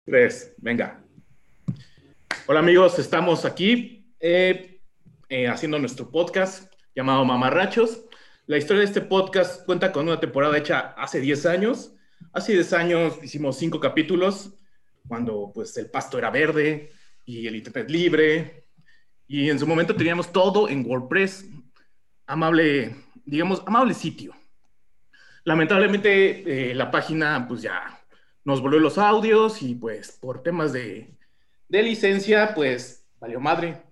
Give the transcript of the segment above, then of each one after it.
Tres, venga. Hola amigos, estamos aquí haciendo nuestro podcast llamado Mamarrachos. La historia de este podcast cuenta con una temporada hecha hace 10 años. Hace 10 años hicimos 5 capítulos, cuando pues el pasto era verde y el internet libre. Y en su momento teníamos todo en WordPress, amable, digamos, amable sitio. Lamentablemente la página pues ya nos volvió los audios y pues por temas de licencia pues valió madre.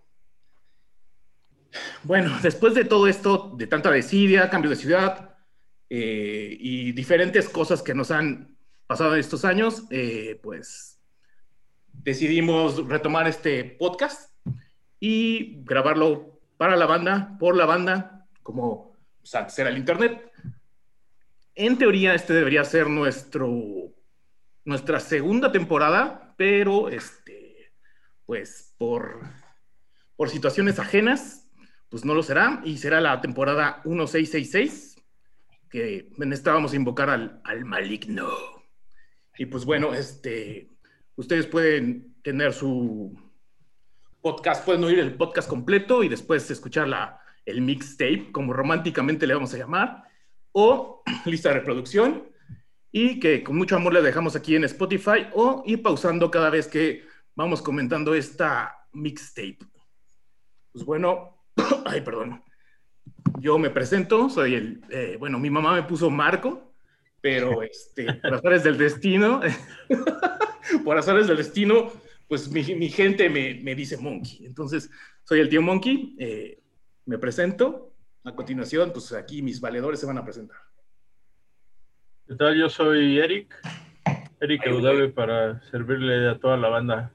Bueno, después de todo esto, de tanta desidia, cambios de ciudad y diferentes cosas que nos han pasado en estos años, pues decidimos retomar este podcast y grabarlo para la banda, por la banda, como pues, antes era el internet. En teoría, este debería ser nuestra segunda temporada, pero pues por situaciones ajenas, pues no lo será, y será la temporada 1666, que necesitábamos invocar al maligno. Y pues bueno, ustedes pueden tener su podcast, pueden oír el podcast completo y después escuchar el mixtape, como románticamente le vamos a llamar, o lista de reproducción, y que con mucho amor le dejamos aquí en Spotify o ir pausando cada vez que vamos comentando esta mixtape. Pues bueno, ay, perdón. Yo me presento, soy bueno, mi mamá me puso Marco, pero por azares del destino, por azares del destino, pues mi gente me dice Monkey. Entonces, soy el tío Monkey, me presento. A continuación, pues aquí mis valedores se van a presentar. ¿Qué tal? Yo soy Eric Ay, Eudave, para servirle a toda la banda.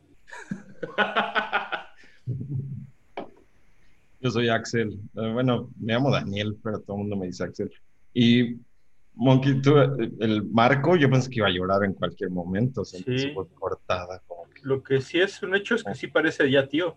Yo soy Axel. Bueno, me llamo Daniel, pero todo el mundo me dice Axel. Y Monkey, tú, el Marco, yo pensé que iba a llorar en cualquier momento, sentí su Sí, voz cortada. Como que, lo que sí es un hecho es que sí parece ya tío.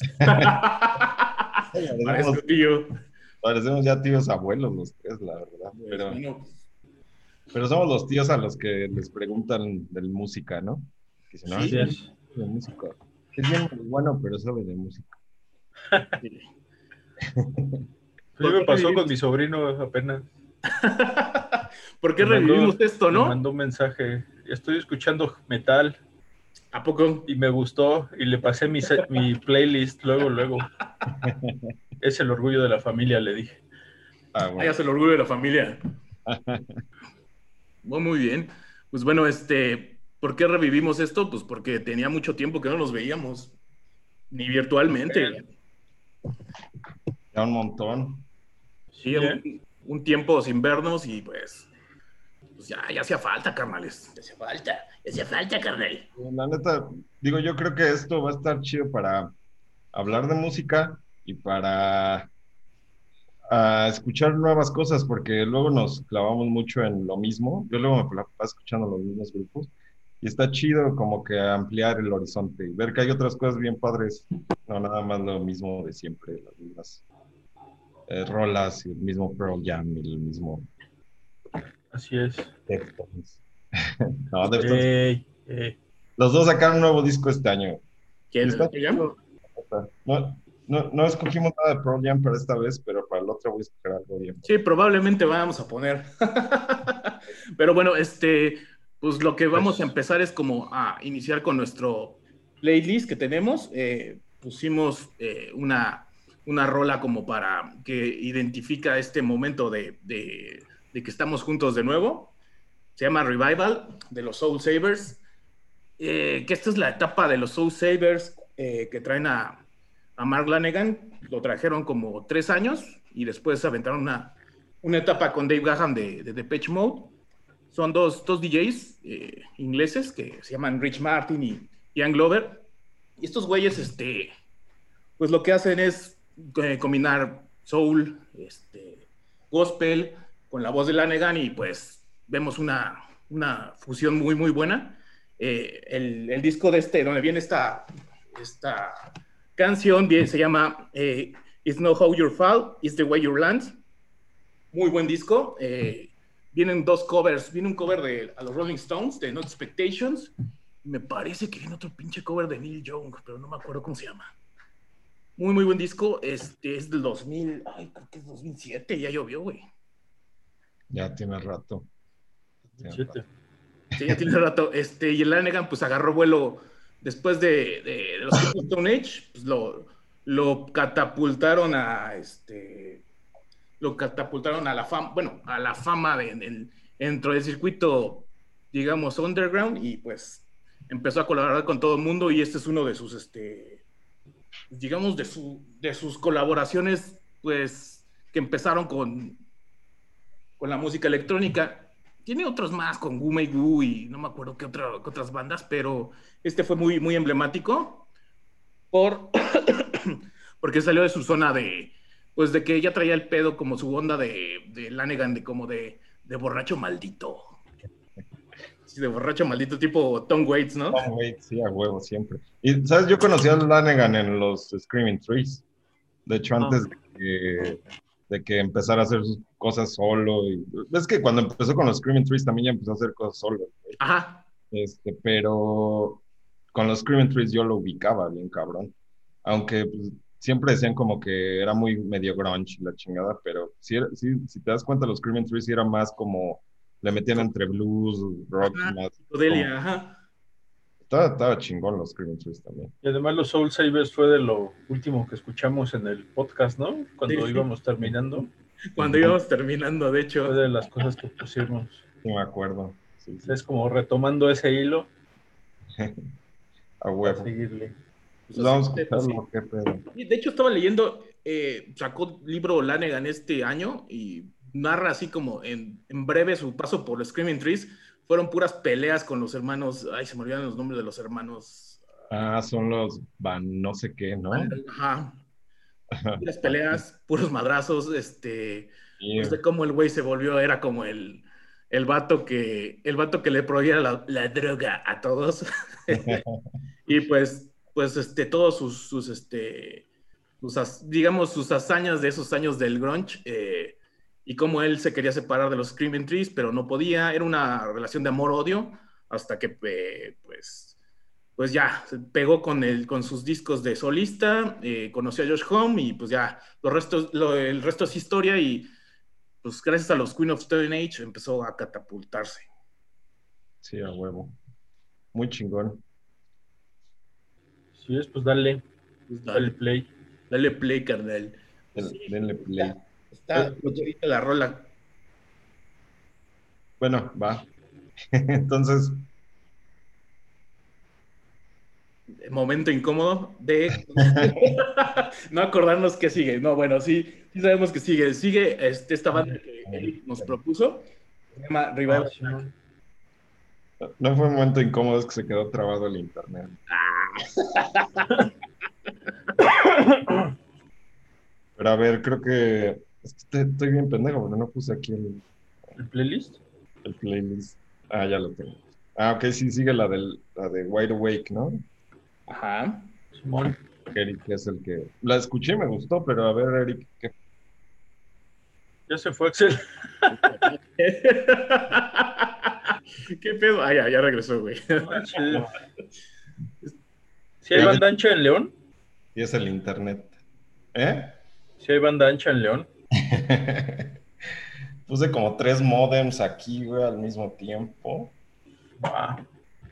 Parece tío. parecemos ya tíos abuelos los tres, la verdad. Pues, bueno, Pero somos los tíos a los que les preguntan de música, ¿no? Que dicen, ay, Así sí. es. de música. Es bien bueno, pero sabe de música. Sí. Pues yo me pasó con mi sobrino apenas. ¿Por qué revivimos esto, Me no? mandó un mensaje. Estoy escuchando metal ¿A poco? y me gustó y le pasé mi playlist luego. Es el orgullo de la familia, le dije. Ah, Ya bueno. se el orgullo de la familia. Muy bien. Pues bueno, ¿por qué revivimos esto? Pues porque tenía mucho tiempo que no nos veíamos, ni virtualmente. Ya un montón. Sí, Sí, ¿eh? un tiempo sin vernos y pues ya hacía falta, carnales. Ya hacía falta, carnal. La neta, digo, yo creo que esto va a estar chido para hablar de música y para escuchar nuevas cosas, porque luego nos clavamos mucho en lo mismo. Yo luego me la paso escuchando los mismos grupos y está chido como que ampliar el horizonte y ver que hay otras cosas bien padres, no nada más lo mismo de siempre, las mismas rolas y el mismo Pearl Jam y el mismo Así es. Deftones. No, Deftones. Ey, ey. Los dos sacaron un nuevo disco este año. Y ¿Quién? está ¿El Jam? chido. No escogimos nada de Pearl Jam para esta vez, pero para el otro voy a escoger algo bien. Sí, probablemente vamos a poner. Pero bueno, pues lo que vamos a Pues, empezar es como a iniciar con nuestro playlist que tenemos. Pusimos una rola como para que identifica este momento de que estamos juntos de nuevo. Se llama Revival de los Soul Savers. Que esta es la etapa de los Soul Savers que traen a Mark Lanegan. Lo trajeron como 3 años y después aventaron una etapa con Dave Gahan de Depeche Mode. Son dos DJs ingleses que se llaman Rich Martin y Ian Glover. Y estos güeyes, pues lo que hacen es combinar soul, gospel con la voz de Lanegan y pues vemos una fusión muy, muy buena. El disco de donde viene esta canción, se llama It's Not How You Fall, It's the Way You Land. Muy buen disco. Vienen dos covers. Viene un cover de a los Rolling Stones, de No Expectations, Me parece que viene otro pinche cover de Neil Young, pero no me acuerdo cómo se llama. Muy, muy buen disco. Es del 2000, ay, creo que es 2007, ya llovió, güey. Ya tiene rato. Siete. Sí, ya tiene rato. Y el Lanegan, pues agarró vuelo después de los Queens of Stone Age, pues lo catapultaron lo catapultaron a la fama, bueno, a la fama dentro del circuito, digamos, underground, y pues empezó a colaborar con todo el mundo, y este es uno de sus, digamos, de sus colaboraciones, pues, que empezaron con la música electrónica. Tiene otros más con Wu Mei Wu y no me acuerdo qué otras bandas, pero este fue muy, muy emblemático por, porque salió de su zona pues de que ya traía el pedo como su onda de Lanegan, como de borracho maldito. Sí, de borracho maldito tipo Tom Waits, ¿no? Tom Waits, sí, a huevo, siempre. Y, ¿sabes? Yo conocí a Lanegan en los Screaming Trees. De hecho, antes de que empezara a hacer sus cosas solo. Es que cuando empezó con los Screaming Trees también ya empezó a hacer cosas solo. ¿Güey? Ajá. Pero con los Screaming Trees yo lo ubicaba bien cabrón. Aunque pues, siempre decían como que era muy medio grunge la chingada, pero si te das cuenta, los Screaming Trees sí era más como le metían entre blues, rock, Ajá. más. Psicodelia, ajá. Estaba chingón los Screaming Trees también. Y además los Soul Savers fue de lo último que escuchamos en el podcast, ¿no? Cuando Sí. íbamos terminando. Cuando íbamos terminando, de hecho. Fue de las cosas que pusimos. Sí, me acuerdo. Sí, sí. Es como retomando ese hilo. A huevo. Seguirle. Pues vamos a escucharlo, qué pedo. De hecho, estaba leyendo, sacó libro Lanegan este año y narra así como en breve su paso por los Screaming Trees. Fueron puras peleas con los hermanos. Ay, se me olvidan los nombres de los hermanos. Ah, son los Van no sé qué, ¿no? Ajá. Puras peleas, puros madrazos, Yeah. pues de cómo el güey se volvió, era como el vato que le prohibía la droga a todos. Y pues todos digamos, sus hazañas de esos años del grunge, y cómo él se quería separar de los Screaming Trees, pero no podía. Era una relación de amor-odio, hasta que, pues ya, se pegó con sus discos de solista, conoció a Josh Homme, y pues ya, el resto es historia, y pues gracias a los Queen of Stone Age empezó a catapultarse. Sí, a huevo. Muy chingón. Sí, pues dale. Pues Dale play. Dale play, carnal. Denle play. Está bonita la rola. Bueno, va. Entonces, Momento incómodo de no acordarnos qué sigue. No, bueno, sí sabemos que sigue. Sigue esta banda que Eric nos propuso. Se llama Revival. no fue un momento incómodo, es que se quedó trabado el internet. Pero a ver, creo que estoy bien pendejo, porque no puse aquí ¿El playlist? el playlist. Ah, ya lo tengo. Ah, ok, sí, sigue la de Wide Awake, ¿no? Ajá. Simón. Eric es el que... La escuché y me gustó, pero a ver, Eric, ¿qué? Ya se fue Axel. ¿Qué pedo? Ah, ya regresó, güey. ¿Sí hay banda ancha en León? Y es el internet. ¿Eh? ¿Sí hay banda ancha en León? Puse como 3 modems aquí, güey, al mismo tiempo. Ah.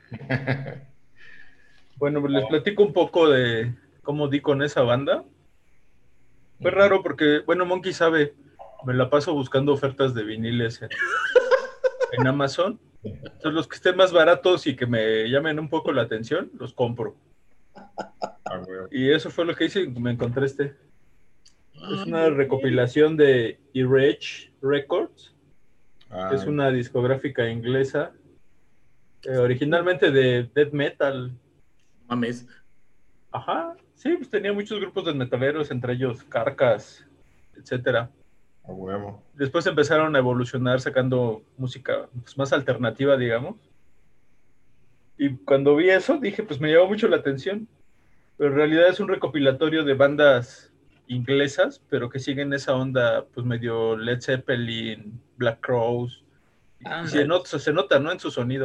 Bueno, pues les platico un poco de cómo di con esa banda. Fue raro porque, bueno, Monkey sabe, me la paso buscando ofertas de viniles en Amazon. Entonces, los que estén más baratos y que me llamen un poco la atención, los compro. Ah, güey. Y eso fue lo que hice y me encontré este. Es una recopilación de Erage Records. Ah, Es una discográfica inglesa, originalmente de death metal. Mames. Ajá, sí, pues tenía muchos grupos de metaleros, entre ellos Carcass, etcétera. a huevo. Después empezaron a evolucionar sacando música pues, más alternativa, digamos. Y cuando vi eso, dije, pues me llamó mucho la atención. Pero en realidad es un recopilatorio de bandas inglesas, pero que siguen esa onda, pues medio Led Zeppelin, Black Crowes. Y se nota, ¿no? En su sonido.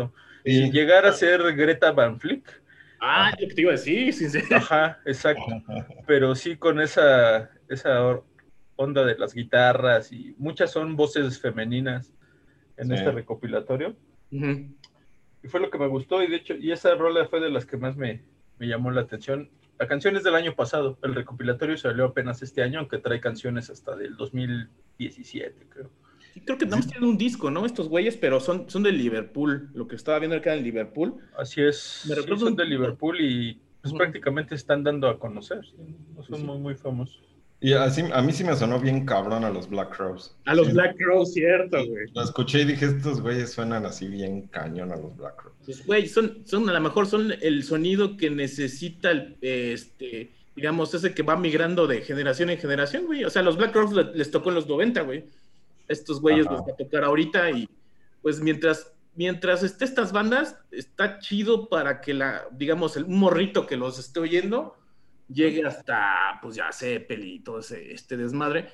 Y llegar a ser Greta Van Fleet. Ah, lo que te iba a decir, sinceramente. Ajá, exacto. Pero sí con esa onda de las guitarras y muchas son voces femeninas en Sí. este recopilatorio. Ujú. Y fue lo que me gustó y de hecho, y esa rola fue de las que más me llamó la atención. La canción es del año pasado, el recopilatorio salió apenas este año, aunque trae canciones hasta del 2017, creo. Sí, creo que nada más tienen un disco, ¿no? Estos güeyes, pero son de Liverpool. Lo que estaba viendo acá en Liverpool. Así es, Me sí, recuerdo son un de poquito. Liverpool y pues Ujú. prácticamente están dando a conocer, ¿sí? No Sí, son sí. muy, muy famosos. Y así, a mí sí me sonó bien cabrón a los Black Crowes. A los Sí, Black Crowes, cierto, güey. lo escuché y dije, estos güeyes suenan así bien cañón a los Black Crowes. Pues, güey, son a lo mejor son el sonido que necesita, digamos, ese que va migrando de generación en generación, güey. O sea, los Black Crowes les tocó en los 90, güey. Estos güeyes les Ajá. va a tocar ahorita y pues mientras esté estas bandas, está chido para que digamos, un morrito que los esté oyendo llegue hasta, pues ya Zeppelin y todo este desmadre.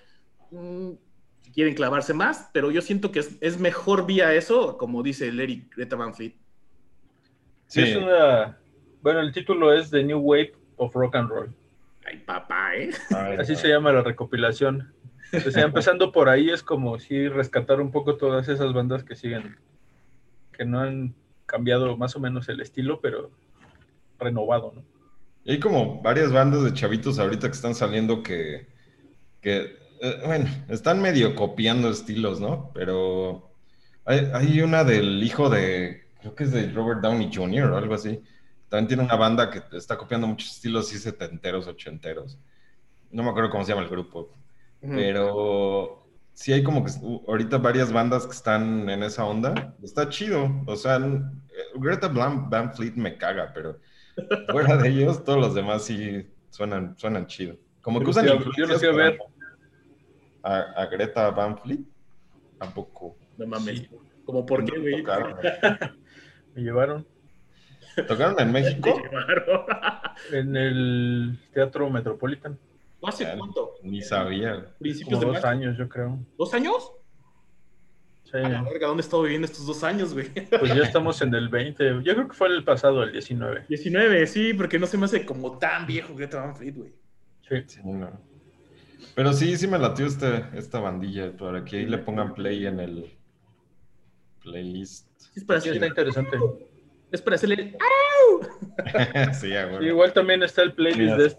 Si quieren clavarse más, pero yo siento que es mejor vía eso, como dice el Eric Greta Van Fleet. Sí. Es bueno, el título es The New Wave of Rock and Roll. Ay, papá, ¿eh? Ay, Así no. se llama la recopilación. O sea, empezando por ahí es como si rescatar un poco todas esas bandas que siguen, que no han cambiado más o menos el estilo, pero renovado, ¿no? Y hay como varias bandas de chavitos ahorita que están saliendo bueno, están medio copiando estilos, ¿no? Pero hay una del hijo creo que es de Robert Downey Jr. o algo así. También tiene una banda que está copiando muchos estilos así setenteros, ochenteros. No me acuerdo cómo se llama el grupo, pero sí hay como que ahorita varias bandas que están en esa onda. Está chido, o sea, Greta Van Fleet me caga, pero fuera de ellos, todos los demás sí suenan chido. Como que usan Yo los influencias, fui a pero ver. a Greta Van Fleet tampoco. No mames. Sí. ¿Cómo por qué, No güey? tocaron. Me llevaron ¿Tocaron en Te México? llevaron. en el Teatro Metropolitan. ¿Hace Ya, cuánto? ni sabía. ¿Principios Como de 2 marzo? años, yo creo. ¿2 años? Sí. A la verga, ¿dónde he estado viviendo estos 2 años, güey? Pues ya estamos en el 20. Yo creo que fue el pasado, el 19. 19, sí, porque no se me hace como tan viejo Greta Van Fleet, güey. Sí. Sí, no. Pero sí me latió esta bandilla, para que ahí le pongan play en el playlist. Sí, es para Sí, hacerle. está interesante. Es para hacerle. Sí, Sí, bueno. igual también está el playlist Mira.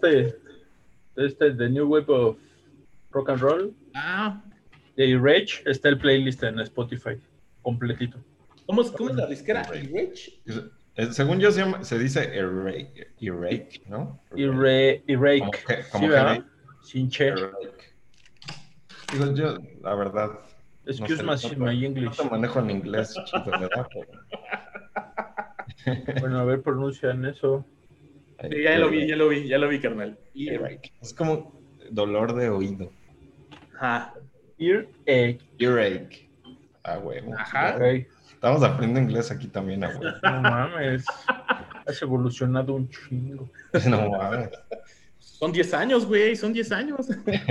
de The New Wave of Rock and Roll. Ah, De Rage está el playlist en Spotify, completito. ¿cómo es la disquera? Erase. ¿Rage? Según yo se dice Erake, ¿no? Rake. Como Sí, ¿verdad? Headache. Sin che. Erake. Digo, yo, la verdad, Excuse no my English. te manejo en inglés, chido, ¿verdad? Bueno, a ver, pronuncian eso. Sí, ya lo vi, carnal. Earache. Es como dolor de oído. Ajá. Earache. Earache. Ah, huevo. Ajá. Ok. Estamos aprendiendo inglés aquí también, ah, huevo. No mames. Has evolucionado un chingo. No mames. Son 10 años, güey, son 10 años.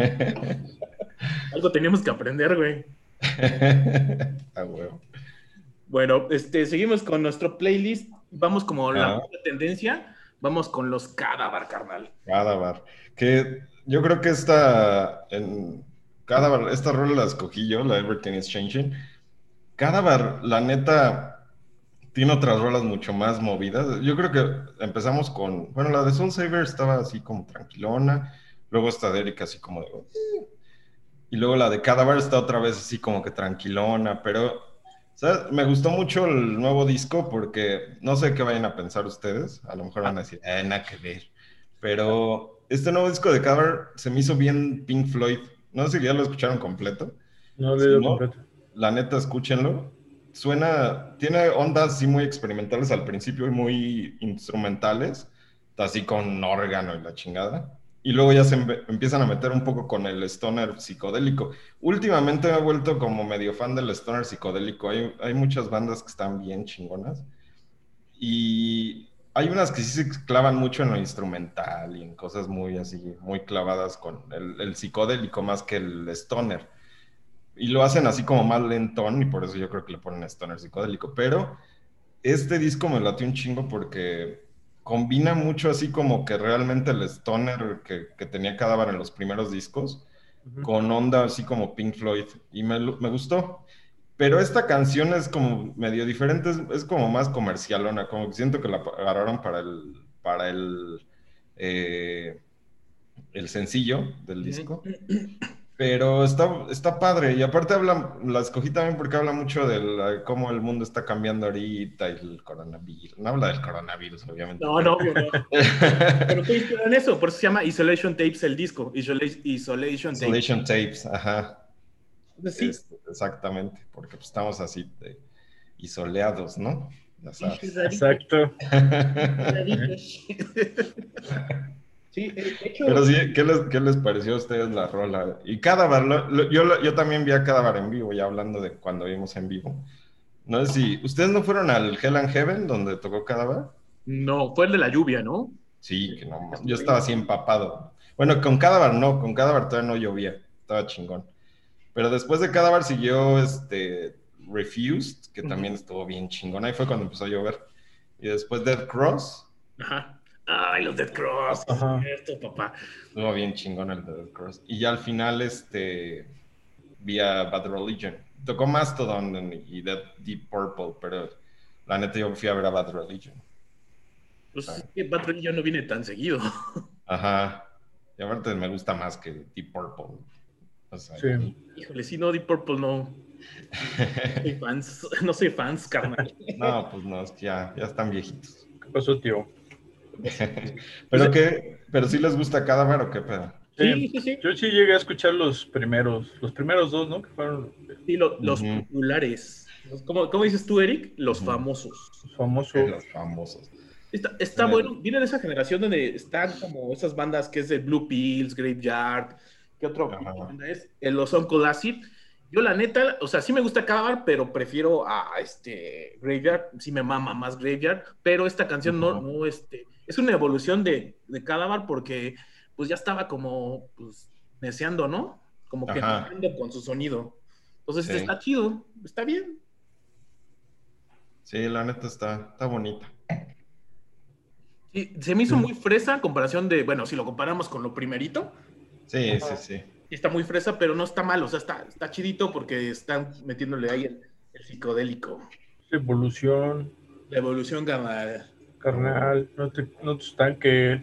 Algo teníamos que aprender, güey. Ah, huevo. Bueno, seguimos con nuestro playlist. Vamos como la Ah. tendencia. Vamos con los Cadáver, carnal. Cadáver. Que yo creo que Cadáver, esta rola la escogí yo, la Everything is Changing. Cadáver, la neta, tiene otras rolas mucho más movidas. Yo creo que empezamos bueno, la de Soul Saver estaba así como tranquilona, luego esta de Eric así como de... Y luego la de Cadáver está otra vez así como que tranquilona, pero ¿sabes? Me gustó mucho el nuevo disco porque no sé qué vayan a pensar ustedes, a lo mejor van a decir, nada que ver, pero este nuevo disco de Cadáver se me hizo bien Pink Floyd. No sé si ya lo escucharon completo. No lo he ido No, completo. la neta, escúchenlo. Tiene ondas así muy experimentales al principio y muy instrumentales, así con órgano y la chingada. Y luego ya empiezan a meter un poco con el stoner psicodélico. Últimamente me he vuelto como medio fan del stoner psicodélico. Hay muchas bandas que están bien chingonas. Y hay unas que sí se clavan mucho en lo instrumental y en cosas muy así, muy clavadas con el psicodélico más que el stoner. Y lo hacen así como más lentón y por eso yo creo que le ponen stoner psicodélico. Pero este disco me latió un chingo porque combina mucho así como que realmente el stoner que tenía Cadáver en los primeros discos, con onda así como Pink Floyd, y me gustó. Pero esta canción es como medio diferente, es como más comercialona, como que siento que la agarraron eh, el sencillo del disco. Pero está padre, y aparte la escogí también porque habla mucho de cómo el mundo está cambiando ahorita y el coronavirus. No habla del coronavirus, obviamente, No, pero... no, obvio no. Pero fue inspirado en eso, por eso se llama Isolation Tapes el disco. Isolation Tapes. Isolation Tapes, ajá. Entonces, sí. Exactamente, porque pues, estamos así isoleados, ¿no? Ya sabes. Exacto. Sí, de hecho, Pero sí, ¿qué les pareció a ustedes la rola? Y Cadáver, yo también vi a Cadáver en vivo, ya hablando de cuando vimos en vivo. No sé si, ¿ustedes no fueron al Hell and Heaven donde tocó Cadáver? no, fue el de la lluvia, ¿no? Sí, que no, yo Estuvo estaba bien. así empapado. Bueno, con Cadáver no, con Cadáver todavía no llovía, estaba chingón. Pero después de Cadáver siguió Refused, que Ujú. también estuvo bien chingón. Ahí fue cuando empezó a llover. Y después Dead Cross, Ajá. Ay, los Dead Cross, es Ajá. cierto, papá. estuvo bien chingón el de Dead Cross. Y ya al final, vi a Bad Religion. Tocó Mastodon y Deep Purple, pero la neta yo fui a ver a Bad Religion. O Pues es sea, que Bad Religion no viene tan seguido. ajá. Y aparte me gusta más que Deep Purple. O sea, Sí. Híjole, sí, no, Deep Purple no. No soy fans, carnal. no, pues no, es que ya están viejitos. ¿Qué pasó, tío? Pues, Pero sí les gusta Cadáver o qué pedo. sí, Sí, sí, sí. yo sí llegué a escuchar los primeros dos, ¿no? Que fueron Sí, los Ujú, populares. ¿Cómo dices tú, Eric? Los ujú. famosos. los famosos. Los famosos. Está bueno. Viene de esa generación donde están como esas bandas que es de Blue Pills, Graveyard. ¿Qué otro pinche Ajá, banda es? Los Uncle Acid. Yo, la neta, o sea, sí me gusta Cadavar, pero prefiero a Graveyard. Sí me mama más Graveyard. Pero esta canción ujú, es una evolución de Cadavar porque pues ya estaba como pues neceando, ¿no? Como que ajá, jugando con su sonido. Entonces, sí. está chido, está bien. Sí, la neta está bonita. Sí, se me hizo Sí. muy fresa en comparación de, bueno, si lo comparamos con lo primerito, Sí, sí, sí. sí está muy fresa, pero no está mal, o sea, está chidito porque están metiéndole ahí el psicodélico. Evolución, La evolución gamma. carnal, no te estanques.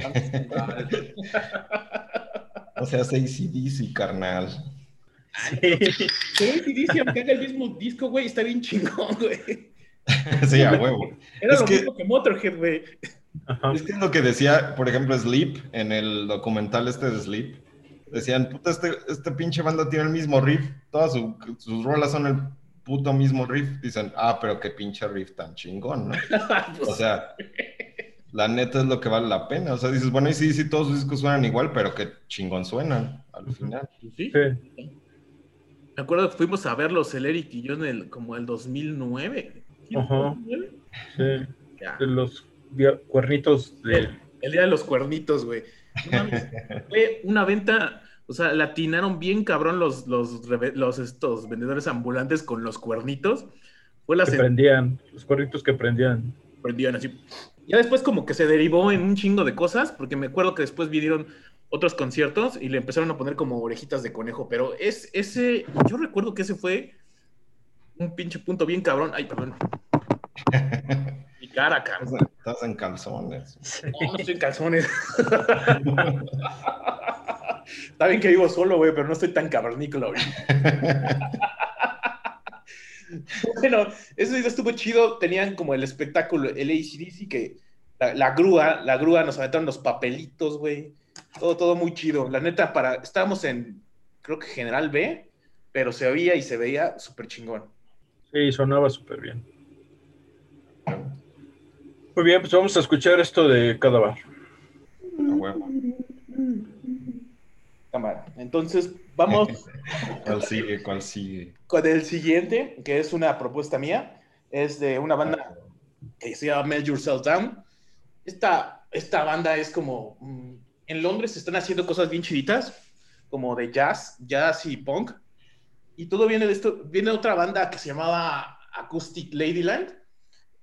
O sea, AC/DC, carnal. Sí. Pero ACDC, aunque haga el mismo disco, güey, está bien chingón, güey. Sí, a huevo. Era Es lo que, mismo que Motorhead, güey. Ajá. es que es lo que decía, por ejemplo, Sleep, en el documental de Sleep. Decían, puta, este pinche banda tiene el mismo riff. Todas sus rolas son el puto mismo riff. Dicen, pero qué pinche riff tan chingón, ¿no? O Pues, sea, la neta es lo que vale la pena. O sea, dices, bueno, y sí, todos sus discos suenan igual, pero qué chingón suenan al final. pues sí. Sí, Me acuerdo que fuimos a verlos, el Eric y yo, como el 2009. ¿Sí? ajá, ¿2009? sí. Ya. De los cuernitos de... El día de los cuernitos, güey. No mames, fue una venta, o sea, latinaron bien cabrón estos vendedores ambulantes con los cuernitos. Fue la que prendían, los cuernitos que prendían. sorprendían así. Ya después como que se derivó en un chingo de cosas, porque me acuerdo que después vinieron otros conciertos y le empezaron a poner como orejitas de conejo, pero yo recuerdo que ese fue un pinche punto bien cabrón. Ay, perdón. Mi cara, cara. Estás en calzones. No, no estoy en calzones. Está bien que vivo solo, güey, pero no estoy tan cavernícola ahorita. Bueno, eso sí estuvo chido. Tenían como el espectáculo, el AC/DC, que la grúa, nos aventaron los papelitos, güey. Todo muy chido. La neta, estábamos en, creo que General B, pero se oía y se veía súper chingón. Sí, sonaba súper bien. Muy bien, pues vamos a escuchar esto de Cadáver. A huevo. Cámara. Entonces, vamos ¿Cuál sigue? ¿Cuál sigue? con el siguiente, que es una propuesta mía. Es de una banda que se llama Melt Yourself Down. Esta banda es como. En Londres se están haciendo cosas bien chiditas, como de jazz y punk. Y todo viene de esto. Viene otra banda que se llamaba Acoustic Ladyland.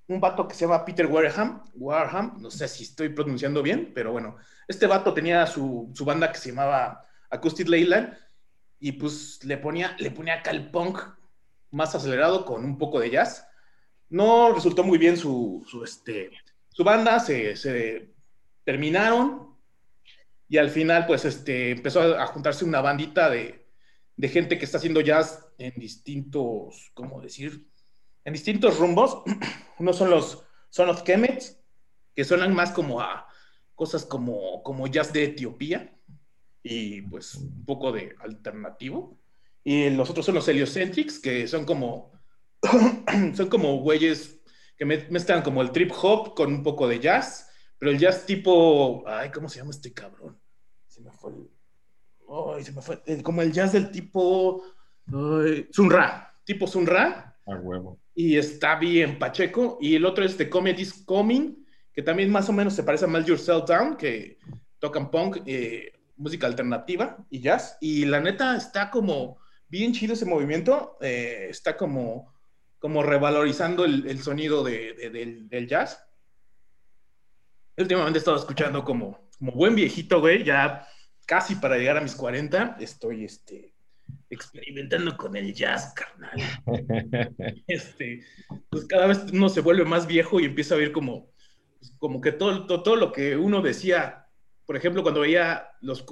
un vato que se llama Peter Wareham, no sé si estoy pronunciando bien, pero bueno, este vato tenía su banda que se llamaba Acoustic Leyland y pues le ponía acá el punk más acelerado con un poco de jazz. No resultó muy bien su banda, se terminaron y al final pues empezó a juntarse una bandita de gente que está haciendo jazz en distintos, ¿cómo decir? En distintos rumbos. Unos son los Son of Kemet, que suenan más como a cosas como jazz de Etiopía y pues un poco de alternativo. Y los otros son los Heliocentrics, que son como güeyes que mezclan como el trip hop con un poco de jazz, pero el jazz tipo, ay, ¿cómo se llama este cabrón? Se me fue ay, se me fue, como el jazz del tipo Sun Ra, tipo Sun Ra, A huevo. y está bien pacheco. Y el otro es The Comedy's Coming, que también más o menos se parece a Melt Yourself Down, que tocan punk, música alternativa y jazz. Y la neta está como bien chido ese movimiento, está como revalorizando el sonido del jazz. Últimamente he estado escuchando como buen viejito, güey, ya casi para llegar a mis 40, estoy experimentando con el jazz, carnal. Este, pues cada vez uno se vuelve más viejo y empieza a ver como que todo lo que uno decía, por ejemplo, cuando veía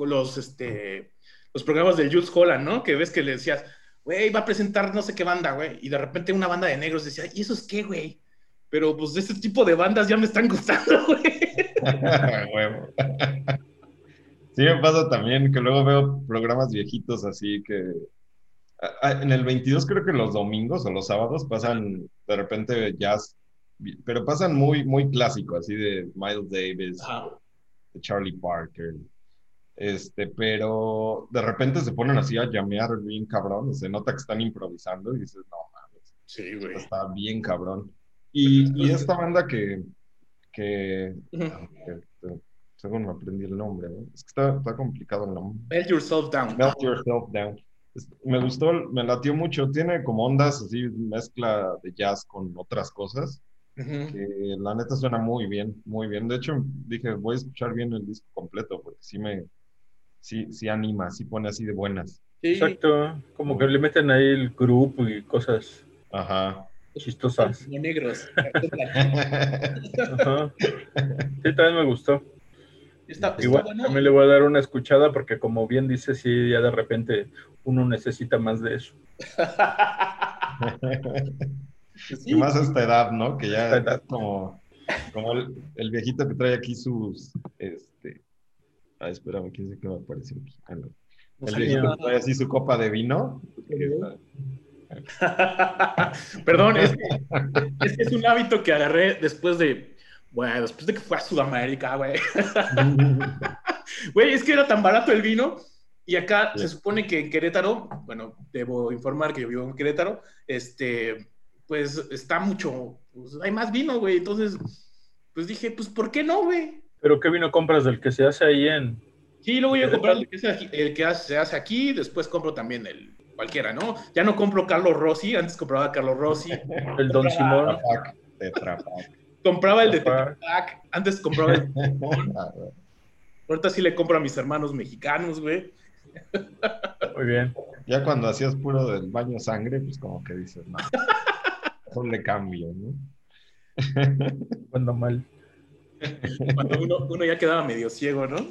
los programas del Jules Holland, ¿no? Que ves que le decías, güey, va a presentar no sé qué banda, güey, y de repente una banda de negros decía, ¿y eso es qué, güey? Pero pues de este tipo de bandas ya me están gustando, güey. A huevo. Sí, me pasa también que luego veo programas viejitos así que en el 22 creo que los domingos o los sábados pasan de repente jazz, pero pasan muy, muy clásico, así de Miles Davis, Ajá. de Charlie Parker, pero de repente se ponen así a llamear bien cabrón, se nota que están improvisando y dices, no mames, Sí, esto güey. está bien cabrón. Pero Y después, esta banda que, ujú. según me aprendí el nombre, ¿no? Es que está complicado el nombre. Melt Yourself Down. Melt Yourself Down. Me gustó, me latió mucho. Tiene como ondas así, mezcla de jazz con otras cosas, Ujú. que la neta suena muy bien, muy bien. De hecho, dije, voy a escuchar bien el disco completo, porque sí anima, sí pone así de buenas. Sí, Exacto, como que le meten ahí el grupo y cosas Ajá. son chistosas. como negros. Son blanquitos. Ajá. Sí, también me gustó. Está Igual bueno. también le voy a dar una escuchada porque como bien dice, sí, ya de repente uno necesita más de eso. Pues Y sí, más a esta edad, ¿no? Que ya Esta es edad. como el viejito que trae aquí espérame, ¿quién sé qué me apareció aquí? Ah, no. nos El salió viejito Mío. que trae así su copa de vino. Perdón, es que es un hábito que agarré después de que fue a Sudamérica, güey. Güey, es que era tan barato el vino y acá se Sí. supone que en Querétaro, bueno, debo informar que yo vivo en Querétaro, pues está mucho, pues hay más vino, güey. Entonces, pues dije, pues, ¿por qué no, güey? Pero ¿qué vino compras del que se hace ahí Sí, lo en voy a comprar Querétaro? se hace aquí, después compro también el cualquiera, ¿no? Ya no compro Carlos Rossi, antes compraba Carlos Rossi, El Don compraba, Simón. Tetra Pak. compraba el de Tetra Tetra Pak, antes compraba el de Simón, Ah, ahorita sí le compro a mis hermanos mexicanos, güey. Muy bien. ya cuando hacías puro del baño sangre, pues como que dices, no, mejor le cambio, ¿no? Cuando mal. Cuando uno ya quedaba medio ciego, ¿no?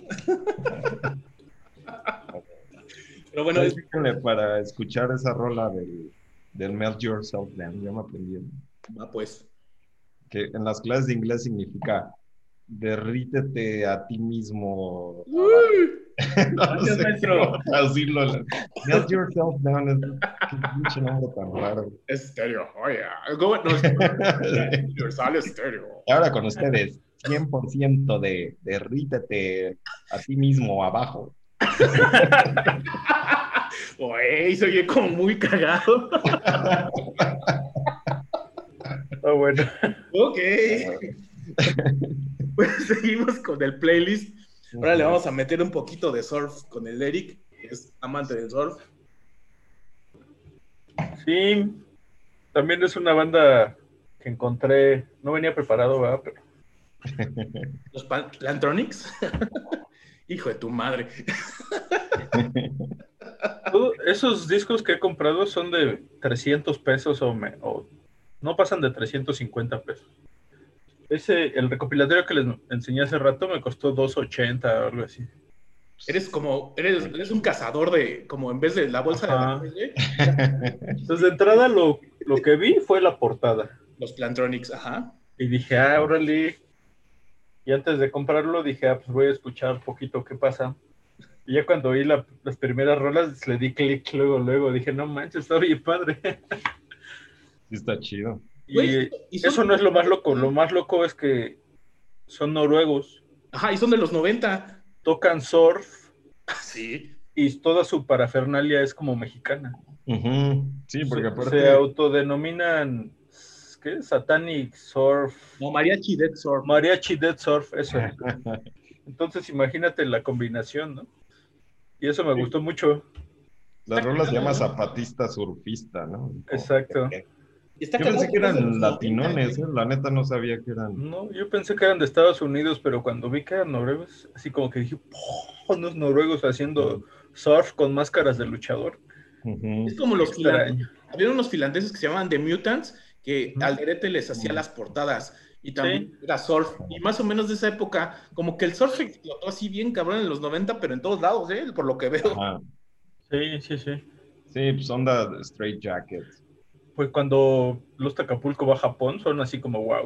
Pero bueno, Platícale para escuchar esa rola del Melt Yourself Down. Ya me aprendí pues. que en las clases de inglés significa derrítete a ti mismo abajo. Uy, No gracias, sé cómo maestro. traducirlo. Melt Yourself Down es qué pinche nombre tan raro. Estéreo, oye. No, Universal Estéreo. Ahora con ustedes, 100% de derrítete a ti mismo abajo. Oye, se oye como muy cagado. Ah, bueno. Ok. Pues seguimos con el playlist. Ahora le vamos a meter un poquito de surf con el Eric, que es amante del surf. Sí, también es una banda que encontré. No venía preparado, ¿verdad? Pero Los Plantronics. Hijo de tu madre. esos discos que he comprado son de 300 pesos o no pasan de 350 pesos. El recopilatorio que les enseñé hace rato me costó 280 o algo así. Eres un cazador de, como en vez de la bolsa de Ajá. valores, güey, Entonces, de entrada, lo que vi fue la portada. los Plantronics, ajá. Y dije, órale. Y antes de comprarlo, dije, pues voy a escuchar un poquito qué pasa. Y ya cuando oí las primeras rolas, le di clic luego. Dije, no manches, está bien padre. Sí, está chido. Y Y son, eso no es lo más loco. Lo más loco es que son noruegos. ajá, y son de los 90. Tocan surf Sí. y toda su parafernalia es como mexicana. Ujú. Sí, porque Se aparte, autodenominan, ¿qué? Satanic Surf. No, Mariachi Dead Surf. Mariachi Dead Surf, eso. Entonces imagínate la combinación, ¿no? Y eso me gustó mucho. la Está rola se llama cagado, ¿no? Zapatista Surfista, ¿no? Como, Exacto. Está yo cagado pensé que porque es de los eran 90, latinones, güey. la neta no sabía que eran. No, yo pensé que eran de Estados Unidos, pero cuando vi que eran noruegos, así como que dije, unos noruegos haciendo surf con máscaras de luchador. Es Ujú. como Qué los finlandeses. extraño. Había unos finlandeses que se llamaban The Mutants, que Alderete les hacía las portadas y también Sí, era surf. Y más o menos de esa época, como que el surf explotó así bien cabrón en los 90, pero en todos lados, por lo que veo. Ajá. sí. Sí, pues onda de Straight Jacket. Pues cuando Los Acapulco va a Japón, son así como wow.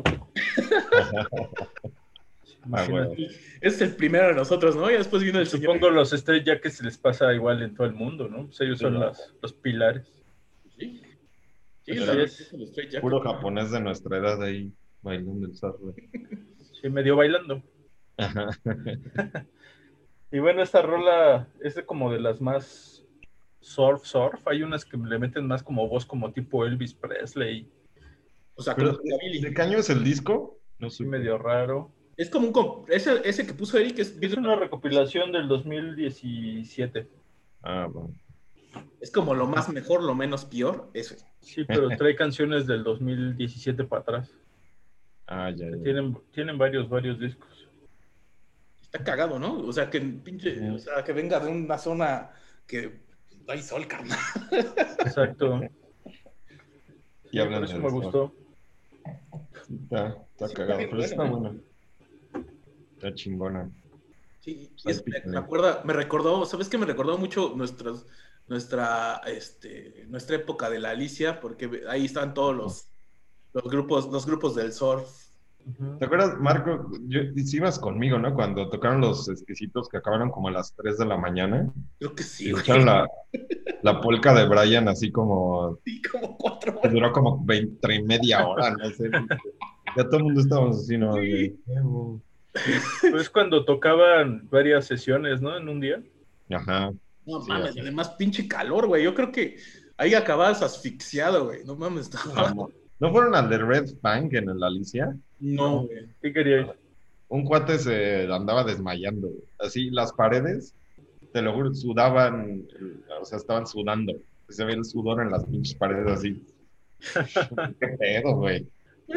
Ah, Imagínate. güey. Es el primero de nosotros, ¿no? Y después vino el señor. Supongo los Straight Jackets les pasa igual en todo el mundo, ¿no? Pues ellos Sí, son los pilares. Sí, sí, Así la es. el Straight Jacket. Puro japonés de nuestra edad ahí bailando el surf, güey. Sí, medio bailando. Ajá. Y bueno, esta rola es como de las más surf. Hay unas que le meten más como voz como tipo Elvis Presley. O sea, como Pero, Rockabilly. ¿de qué año es el disco? No Así supe. medio raro. Es como ese que puso Eric Es una recopilación del 2017. Ah, bueno. es como lo más mejor, lo menos peor. Eso es. Sí, pero trae canciones del 2017 para atrás. Ah, ya. Tienen varios discos. Está cagado, ¿no? O sea, o sea, que venga de una zona que no hay sol, carnal. Exacto. Y Sí, por hablan eso del me surf. gustó. Está Sí, cagado, bien pero está ¿eh? bueno. Está chingona. Sí, y Ahí eso pícale. me recordó, ¿sabes qué? Me recordó mucho nuestra época de la Alicia, porque ahí estaban todos los grupos del surf. Ujú. ¿Te acuerdas, Marco? Si ibas conmigo, ¿no? Cuando tocaron los exquisitos que acabaron como a las 3 de la mañana Creo que sí, y güey. echaron la polca de Brian así como Sí, como 4 horas. que duró como 20 y media hora, no sé. Ya todo el mundo estábamos así, ¿no? De, Sí. Pues cuando tocaban varias sesiones, ¿no? En un día. ajá, No sí, mames, así. además pinche calor, güey. Yo creo que ahí acabas asfixiado, güey. No mames, estaba. ¿No fueron al de Red Fang en el Alicia? No, No. güey. ¿Qué queríais? Un cuate se andaba desmayando, güey. Así las paredes, te lo juro, sudaban, o sea, estaban sudando. Se ve el sudor en las pinches paredes así. ¿Qué pedo, güey?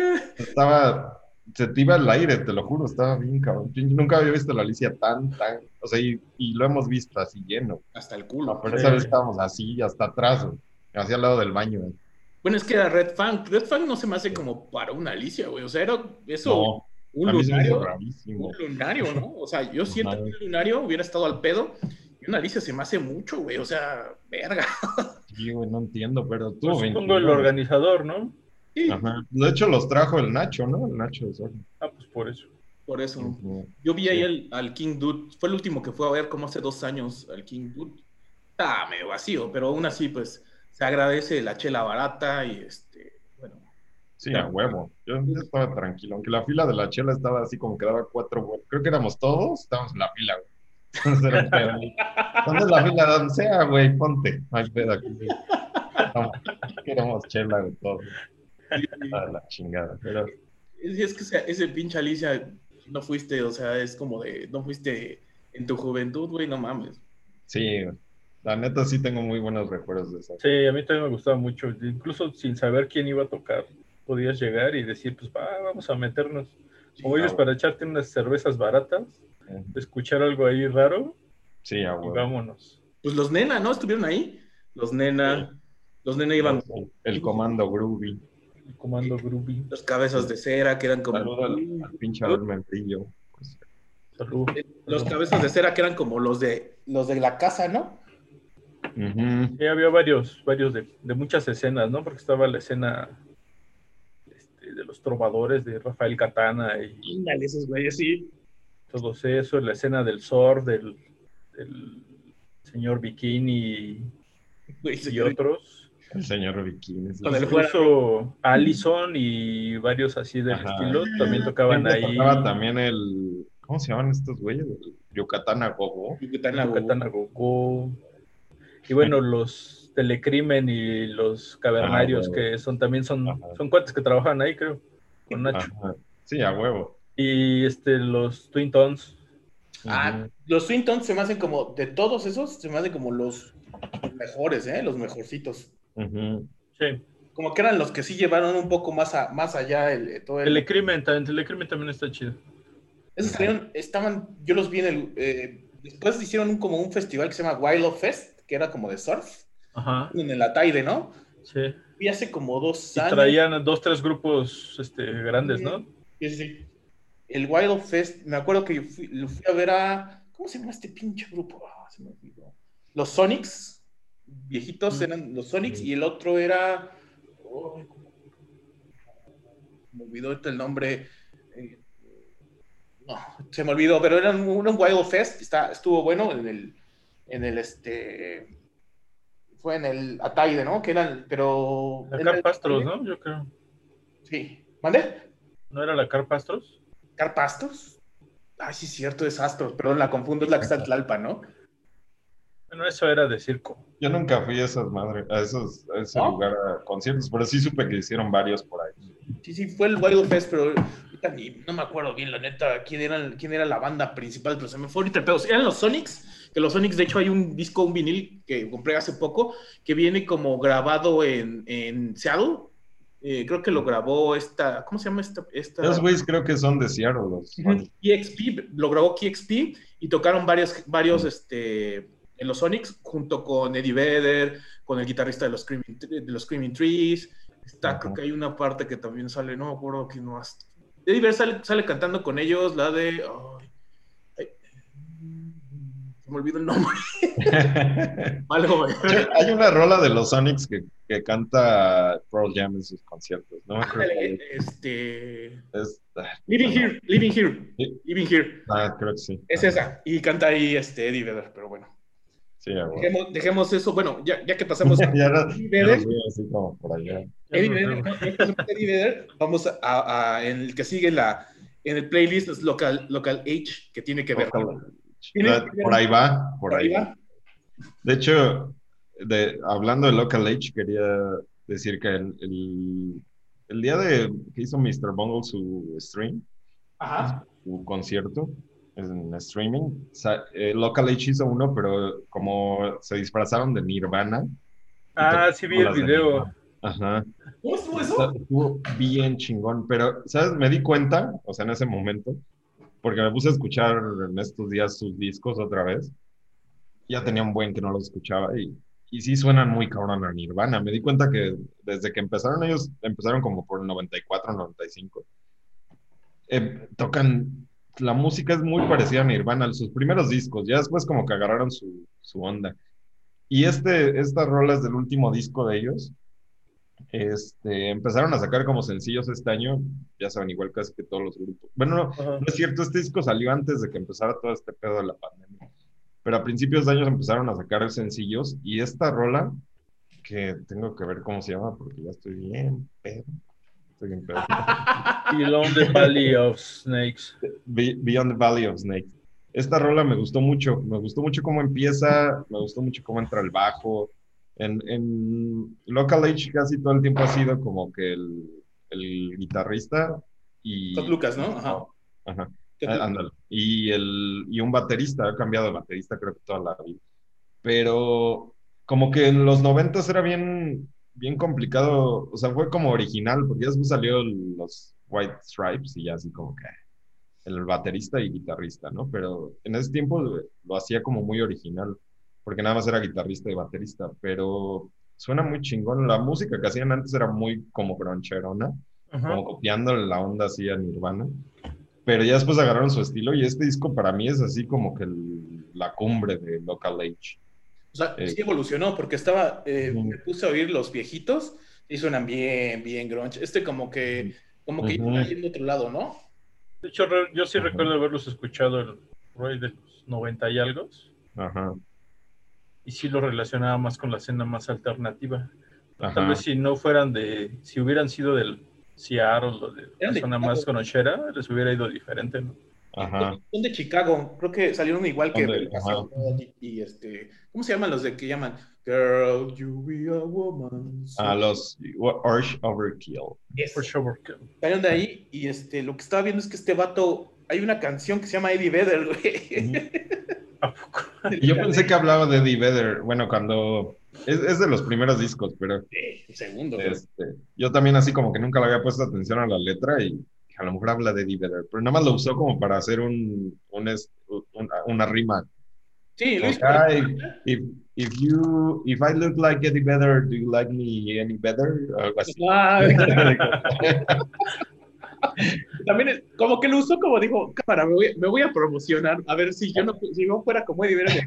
Estaba, se te iba el aire, te lo juro, estaba bien cabrón. Yo nunca había visto la Alicia tan, o sea, y lo hemos visto así lleno. Hasta el No, culo. pero Sí. esa vez estábamos así, hasta atrás, güey, hacia al lado del baño, güey. Bueno, es que era Red Fang. Red Fang no se me hace como para una Alicia, güey. O sea, era eso, No, un a mí se me hizo lunario, un rarísimo. lunario, ¿no? O sea, yo siento Ajá. que un lunario hubiera estado al pedo y una Alicia se me hace mucho, güey. O sea, verga. Sí, güey, no entiendo, pero Pues estuvo bien supongo el chingón. organizador, ¿no? Sí, Ajá. De hecho, los trajo el Nacho, ¿no? El Nacho de Zorro. Ah, pues por eso. por eso. Ujú. Yo vi ahí Sí. al King Dude. Fue el último que fue a ver como hace 2 años al King Dude. Está medio vacío, pero aún así, pues, se agradece la chela barata y bueno. Sí, a Ya. huevo. Yo estaba tranquilo, aunque la fila de la chela estaba así como que daba cuatro vueltas. Creo que éramos todos, estábamos en la fila, güey. Entonces era un pedo ahí. ¿Dónde es la fila? Donde sea, güey, ponte. No hay pedo aquí. Vamos, queremos chela, güey, todo. A la chingada. Pero Es que ese pinche Alicia, no fuiste, o sea, es como de, no fuiste en tu juventud, güey, no mames. sí, la neta sí tengo muy buenos recuerdos de esa. Sí, a mí también me gustaba mucho, incluso sin saber quién iba a tocar. podías llegar y decir, pues vamos a meternos. Como Sí, ellos para echarte unas cervezas baratas, Ujú. escuchar algo ahí raro Sí, a y huevo. vámonos. Pues los Nena, ¿no? Estuvieron ahí. Los Nena, los Nena iban El comando Groovy. El comando Groovy. los cabezas de cera que eran como... Saludo al pinche Abel Membrillo. Pues, Salud. Los Salud. cabezas de cera que eran como los de la casa, ¿no? ujú. Sí, había varios de muchas escenas, ¿no? Porque estaba la escena de los trovadores de Rafael Catana y Ándale, esos güeyes, sí. todo eso, la escena del Zor, del señor Bikini Güey, y señor, otros. El señor Bikini. Sí, con sí. el fuera, bro. Incluso Allison y varios así del Ajá. estilo también tocaban Siempre tocaba ahí. también el. ¿Cómo se llaman estos güeyes? El Yucatán a Gogo. Yucatán la Yucatán a Gogo. Y bueno, los Telecrimen y los Ah, Cavernarios, huevo. que también Ajá. son cuates que trabajan ahí, creo, con Nacho. Ajá. Sí, a huevo. Y los Twin Tones. Ah, Ujú. los Twin Tones se me hacen como, de todos esos, se me hacen como los mejores, ¿eh? Los mejorcitos. Ujú. Sí. Como que eran los que sí llevaron un poco más allá todo el... Telecrimen también está chido. Esos salieron, estaban, yo los vi en después hicieron como un festival que se llama Wild of Fest, que era como de surf, Ajá, en el Ataide, ¿no? sí. Y hace como 2 años. Traían dos, tres grupos grandes, ¿no? Sí, sí, sí. El Wild of Fest, me acuerdo que lo fui a ver a, ¿cómo se llama este pinche grupo? Se me olvidó. Los Sonics, viejitos eran los Sonics, y el otro era, oh, me olvidó ahorita el nombre, eh, no, se me olvidó, pero era un Wild Fest, estuvo bueno fue en el Ataide, ¿no? Que eran, pero La en el Carpastros, Ataide, ¿no? Yo creo. sí. ¿Mande? ¿No era la Carpastros? ¿Carpastos? Ay, sí, cierto, es Astros, perdón, la confundo, es la que está en Tlalpan, ¿no? Bueno, eso era de circo. Yo nunca fui a esas madres, a ese ¿No? lugar a conciertos, pero sí supe que hicieron varios por ahí. Sí, sí, fue el Wild Fest, pero ahorita no me acuerdo bien, la neta, quién era la banda principal, pero se me fue ahorita el pedo. Eran los Sonics, que los Sonics, de hecho, hay un disco, un vinil que compré hace poco, que viene como grabado en Seattle. Creo que lo grabó ¿cómo se llama Esos güeyes creo que son de Seattle, los Sonic. KXP, lo grabó KXP y tocaron varios en los Sonics junto con Eddie Vedder, con el guitarrista de los Screaming Trees. Creo Ajá. que hay una parte que también sale, no me acuerdo quién más. Eddie Vedder sale cantando con ellos, la de... ay, se me olvidó el nombre. Algo, güey. De hecho, hay una rola de los Sonics que canta Pearl Jam en sus conciertos. No me acuerdo cuál Ándale, es. Living No. Here, Living Here, Sí. Living Here. Creo que sí. Es Ajá. esa. Y canta ahí Eddie Vedder, pero bueno. Sí, a huevo. Dejemos eso. Bueno, ya que pasamos a Eddie Ya nos Vedder, fuimos así como por allá. Ya nos vemos. Ya que pasamos a Eddie Vedder, vamos en el que sigue en el playlist es Local H, que tiene que ver. Tiene que ver Por ahí va, por por ahí ahí va. va. De hecho, hablando de Local H, quería decir que el día que hizo Mr. Bungle su stream, Ajá. su concierto en streaming, Local H hizo uno, pero como se disfrazaron de Nirvana y Ah, sí vi tocaron el las de video. Nirvana. Ajá. ¿Cómo estuvo eso? Estuvo bien chingón, pero, ¿sabes? Me di cuenta, o sea, en ese momento, porque me puse a escuchar en estos días sus discos otra vez. Ya tenía un buen que no los escuchaba y sí suenan muy cabrón a Nirvana. Me di cuenta que desde que empezaron ellos, empezaron como por el 94, 95. Tocan, la música es muy parecida a Nirvana, sus primeros discos, ya después como que agarraron su onda. Y estas rolas del último disco de ellos, empezaron a sacar como sencillos este año, ya saben, igual casi que todos los grupos. Bueno, no, Ajá. no es cierto, este disco salió antes de que empezara todo este pedo de la pandemia. Pero a principios de años empezaron a sacar sencillos y esta rola, que tengo que ver cómo se llama porque ya estoy bien pedo. Estoy bien pedo. Beyond the Valley of Snakes. Beyond the Valley of Snakes. Esta rola me gustó mucho cómo empieza, me gustó mucho cómo entra el bajo. En Local H casi todo el tiempo ha sido como que el guitarrista Scott y... Lucas, ¿no? Ajá. Ajá. Scott Lucas. Ándale. Y un baterista, ha cambiado de baterista creo que toda la vida. Pero como que en los 90 era bien, bien complicado, o sea, fue como original, porque ya después salió los White Stripes y ya así como que el baterista y guitarrista, ¿no? Pero en ese tiempo lo hacía como muy original, porque nada más era guitarrista y baterista, pero suena muy chingón. La música que hacían antes era muy como groncherona, Ajá. como copiando la onda así a Nirvana, pero ya después agarraron su estilo y este disco para mí es así como que la cumbre de Local Age. O sea, Eh, sí evolucionó porque me puse a oír los viejitos y suenan bien, bien grunge. ujú, Como que ya ujú, está yendo a otro lado, ¿no? De hecho, yo sí ajá, recuerdo haberlos escuchado por ahí de los 90 y algo, ajá, y sí lo relacionaba más con la escena más alternativa. Tal vez ajá, si hubieran sido del Seattle o de la Eran de zona más Chicago. conocida, les hubiera ido diferente, ¿no? ajá, Son de Chicago. Creo que salieron igual que ¿dónde? Bellas Ajá. ¿cómo se llaman los de que llaman? Girl, you be a woman. A So... los Arch Overkill. For Ese. sure. Salieron de ahí y lo que estaba viendo es que este vato, hay una canción que se llama Eddie Vedder, Ujú. güey. ¿A poco? Y yo pensé que hablaba de Eddie Vedder, bueno, cuando es de los primeros discos, pero El segundo, creo. yo también así como que nunca le había puesto atención a la letra y a lo mejor habla de Eddie Vedder, pero nada más lo usó como para hacer una rima. Sí, Como Luis, que, por ay, if I look like Eddie Vedder, do you like me any better? Algo así. ah, también como que lo usó como dijo, cámara, me voy a promocionar, a ver si yo fuera como Eddie Vedder.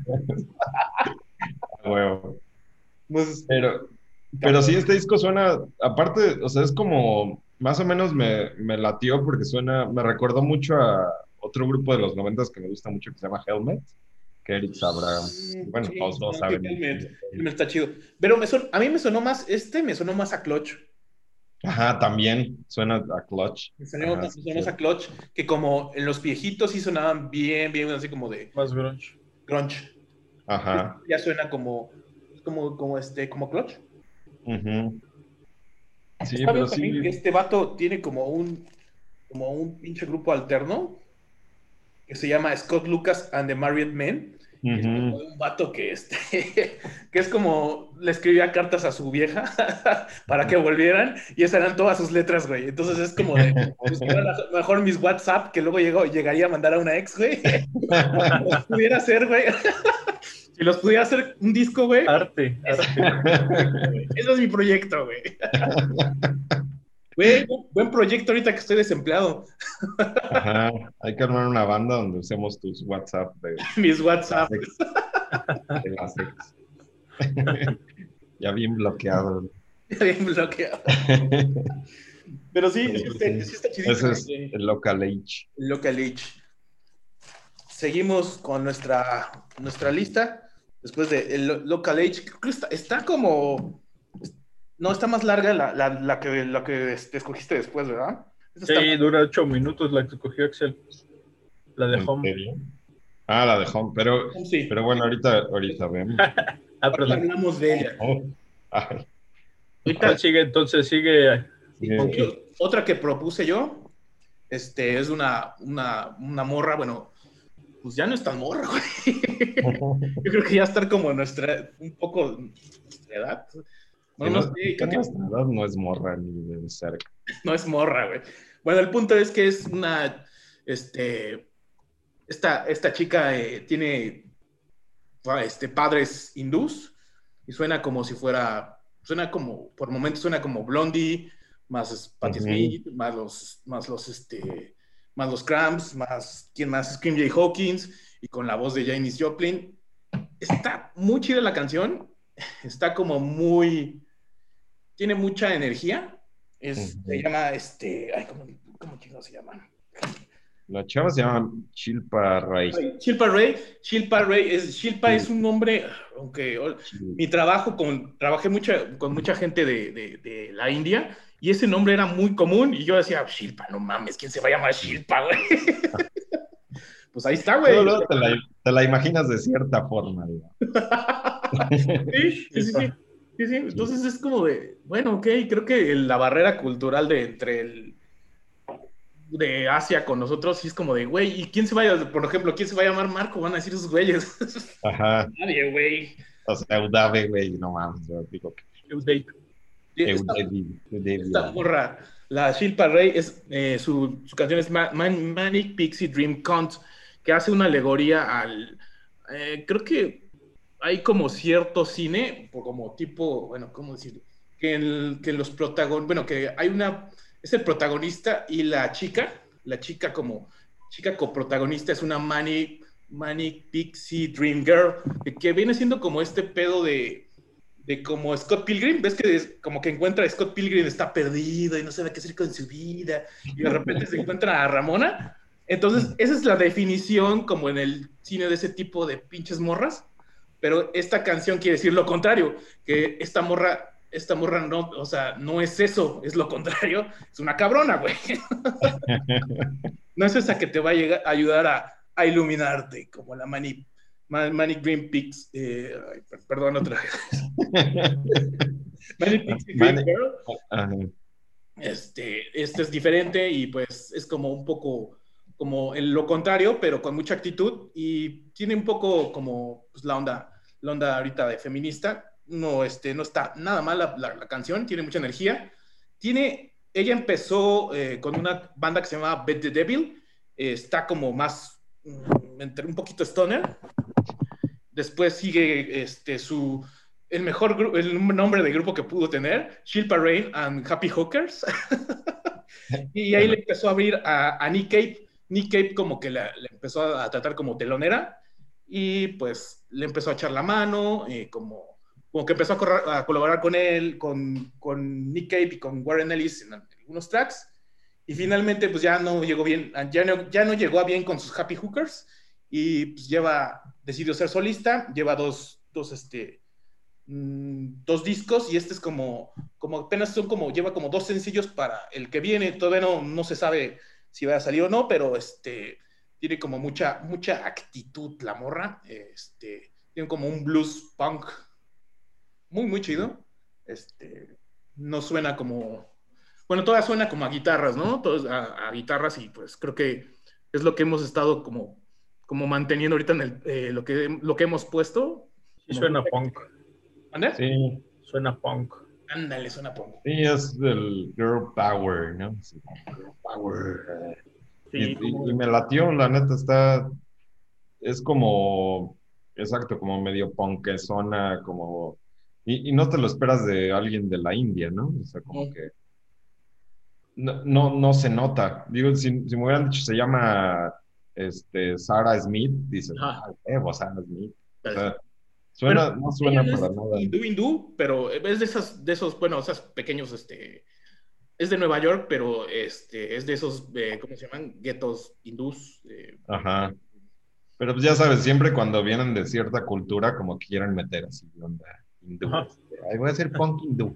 Huevo. Pues, Pero, pero sí, este disco suena, aparte, o sea, es como, más o menos me latió porque suena, me recordó mucho a otro grupo de los noventas que me gusta mucho que se llama Helmet, que Eric sabrá, bueno, sí, los dos sí, saben mucho de Helmet está chido. Pero a mí me sonó más, me sonó más a Clutch. Ajá, también suena a Clutch. Ajá, sí, Me sonó más a cierto. Clutch, que como en los viejitos sí sonaban bien, bien, así como de Más grunge. grunge. Ajá. Ya suena como Clutch. Ujú. Sí, Está pero bien también que sí. este vato tiene como un pinche grupo alterno que se llama Scott Lucas and the Married Men. Y es como Ujú. de un vato que es como le escribía cartas a su vieja para que volvieran y esas eran todas sus letras, güey. Entonces es como de buscar mejor mis WhatsApp que luego llegaría a mandar a una ex, güey. Los pudiera hacer, güey. Si los pudiera hacer un disco, güey. Arte, Ese arte. es mi proyecto, güey. Güey, buen proyecto ahorita que estoy desempleado. Ajá, hay que armar una banda donde usemos tus WhatsApp Mis de las WhatsApp. ex, de las ex. Ya bien bloqueado. Bien bloqueado. Pero sí, Pero pues sí, sí está chidito. ese es el Local Age. Local Age. Seguimos con nuestra lista. Después de el Local Age. Creo que está como. No, está más larga la que escogiste después, ¿verdad? Esta está Sí, más. dura 8 minutos la que escogió Axel. La de ¿En Home. serio? Ah, la de Home, Sí. pero bueno, ahorita vemos. Ah, Ahorita perdón. hablamos de ella. Oh, ay, ¿Cuál Ahorita, sigue entonces? Sigue sigue. Monkey. otra que propuse yo. Es una morra, bueno, pues ya no es tan morra, güey. Yo creo que ya estar como un poco nuestra edad. Si No, no, no sé, si creo en que nuestra edad no es morra ni de cerca. no es morra, güey. Bueno, el punto es que es esta chica tiene padres hindús y por momentos suena como Blondie, más Patti Ujú, Smith, más los Cramps, ¿quién más? Scream J. Hawkins y con la voz de Janis Joplin. Está muy chida la canción, está como tiene mucha energía. Se ujú. llama, ay, ¿cómo chingados se llama? La chava se llama Chilpa Ray. Shilpa Ray. Shilpa es Chil- un nombre, aunque Chil- trabajé con mucha gente de la India y ese nombre era muy común y yo decía, Shilpa, no mames, ¿quién se va a llamar Shilpa, güey? Pues ahí está, Luego, güey. luego te la imaginas de cierta forma, digamos. Sí, sí, sí, sí. Sí, sí. Entonces es como de, bueno, ok, creo que la barrera cultural de Asia con nosotros sí es como de, güey, ¿y quién se vaya, por ejemplo, quién se va a llamar Marco? Van a decir esos güeyes. Ajá. Nadie, güey. O sea, Udave, güey, no mames, yo digo que. Date. Esta morra, la Shilpa Ray, su canción es Manic Pixie Dream Count, que hace una alegoría al... creo que hay como cierto cine, como tipo, bueno, ¿cómo decirlo? Que los protagonistas, bueno, que hay una... Es el protagonista y la chica como chica coprotagonista es una Manic Pixie Dream Girl, que viene siendo como este pedo de como Scott Pilgrim, ves que como que encuentra a Scott Pilgrim, está perdido y no sabe qué hacer con su vida, y de repente se encuentra a Ramona. Entonces, esa es la definición como en el cine de ese tipo de pinches morras, pero esta canción quiere decir lo contrario, que esta morra no, o sea, no es eso, es lo contrario, es una cabrona, güey. No es esa que te va a ayudar a iluminarte, como la Manic Green Peaks, perdón otra vez. Manic Pixie Dream Girl, este es diferente y pues es como un poco como lo contrario, pero con mucha actitud y tiene un poco como pues, la onda ahorita de feminista. No, no está nada mal la canción, tiene mucha energía. Ella empezó con una banda que se llama Bet the Devil, está como más entre un poquito stoner. Después sigue el nombre de grupo que pudo tener, Shilpa Rain and Happy Hookers. Y ahí le empezó a abrir a Nick Cave. Nick Cave como que le empezó a tratar como telonera y pues le empezó a echar la mano, como que empezó a colaborar con él, con Nick Cave y con Warren Ellis en algunos tracks. Y finalmente pues ya no llegó bien, ya no llegó a bien con sus Happy Hookers y pues decidió ser solista, lleva dos discos y este es como apenas lleva como dos sencillos para el que viene, todavía no se sabe si va a salir o no, pero tiene como mucha actitud la morra, tiene como un blues punk muy, muy chido, no suena como, bueno, todavía suena como a guitarras, ¿no? A guitarras y pues creo que es lo que hemos estado como manteniendo ahorita en lo que hemos puesto. Sí, suena punk. ¿Ande? Sí. Suena punk. Ándale, suena punk. Sí, es del Girl Power, ¿no? Sí, Girl Power. Sí, y me latió, la neta, es como, exacto, como medio punkesona, como, y no te lo esperas de alguien de la India, ¿no? O sea, como que no se nota. Digo, si me hubieran dicho, se llama Sarah Smith, dices, Sarah Smith. O sea, Bueno, no ella suena no para es nada. hindú, pero es de esos, bueno, esos pequeños, es de Nueva York, pero es de esos, ¿cómo se llaman? Guetos hindús. Ajá. Pero pues ya sabes, siempre cuando vienen de cierta cultura, como que quieren meter así, onda hindú. Ay, voy a hacer punk hindú.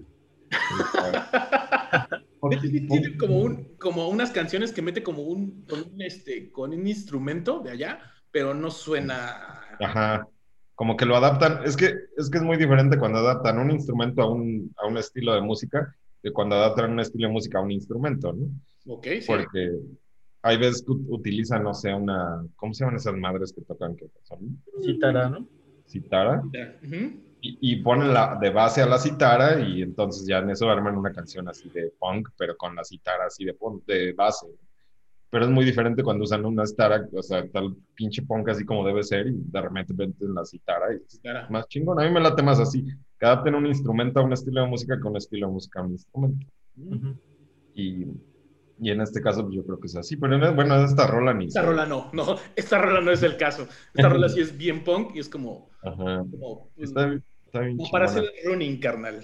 Tiene como unas canciones que mete como con un instrumento de allá, pero no suena. Ajá. Como que lo adaptan. Es muy diferente cuando adaptan un instrumento a un estilo de música de cuando adaptan un estilo de música a un instrumento, ¿no? Ok, sí. Porque hay veces que utilizan, no sé, ¿cómo se llaman esas madres que tocan? ¿Qué son? Cítara, ¿no? Citara. Uh-huh. Y ponen de base a la citara y entonces ya en eso arman una canción así de punk, pero con la citara así de base. Pero es muy diferente cuando usan una citara, o sea, tal pinche punk así como debe ser y de repente meten la citara y es más chingón. A mí me late más así, que adapten un instrumento a un estilo de música que un estilo de música a un instrumento. Uh-huh. Y en este caso pues yo creo que es así, pero bueno, esta rola ni Esta rola no, esta rola no es el caso. Esta rola sí es bien punk y es como, Ajá. como, Está bien como para chingona. hacer running, carnal.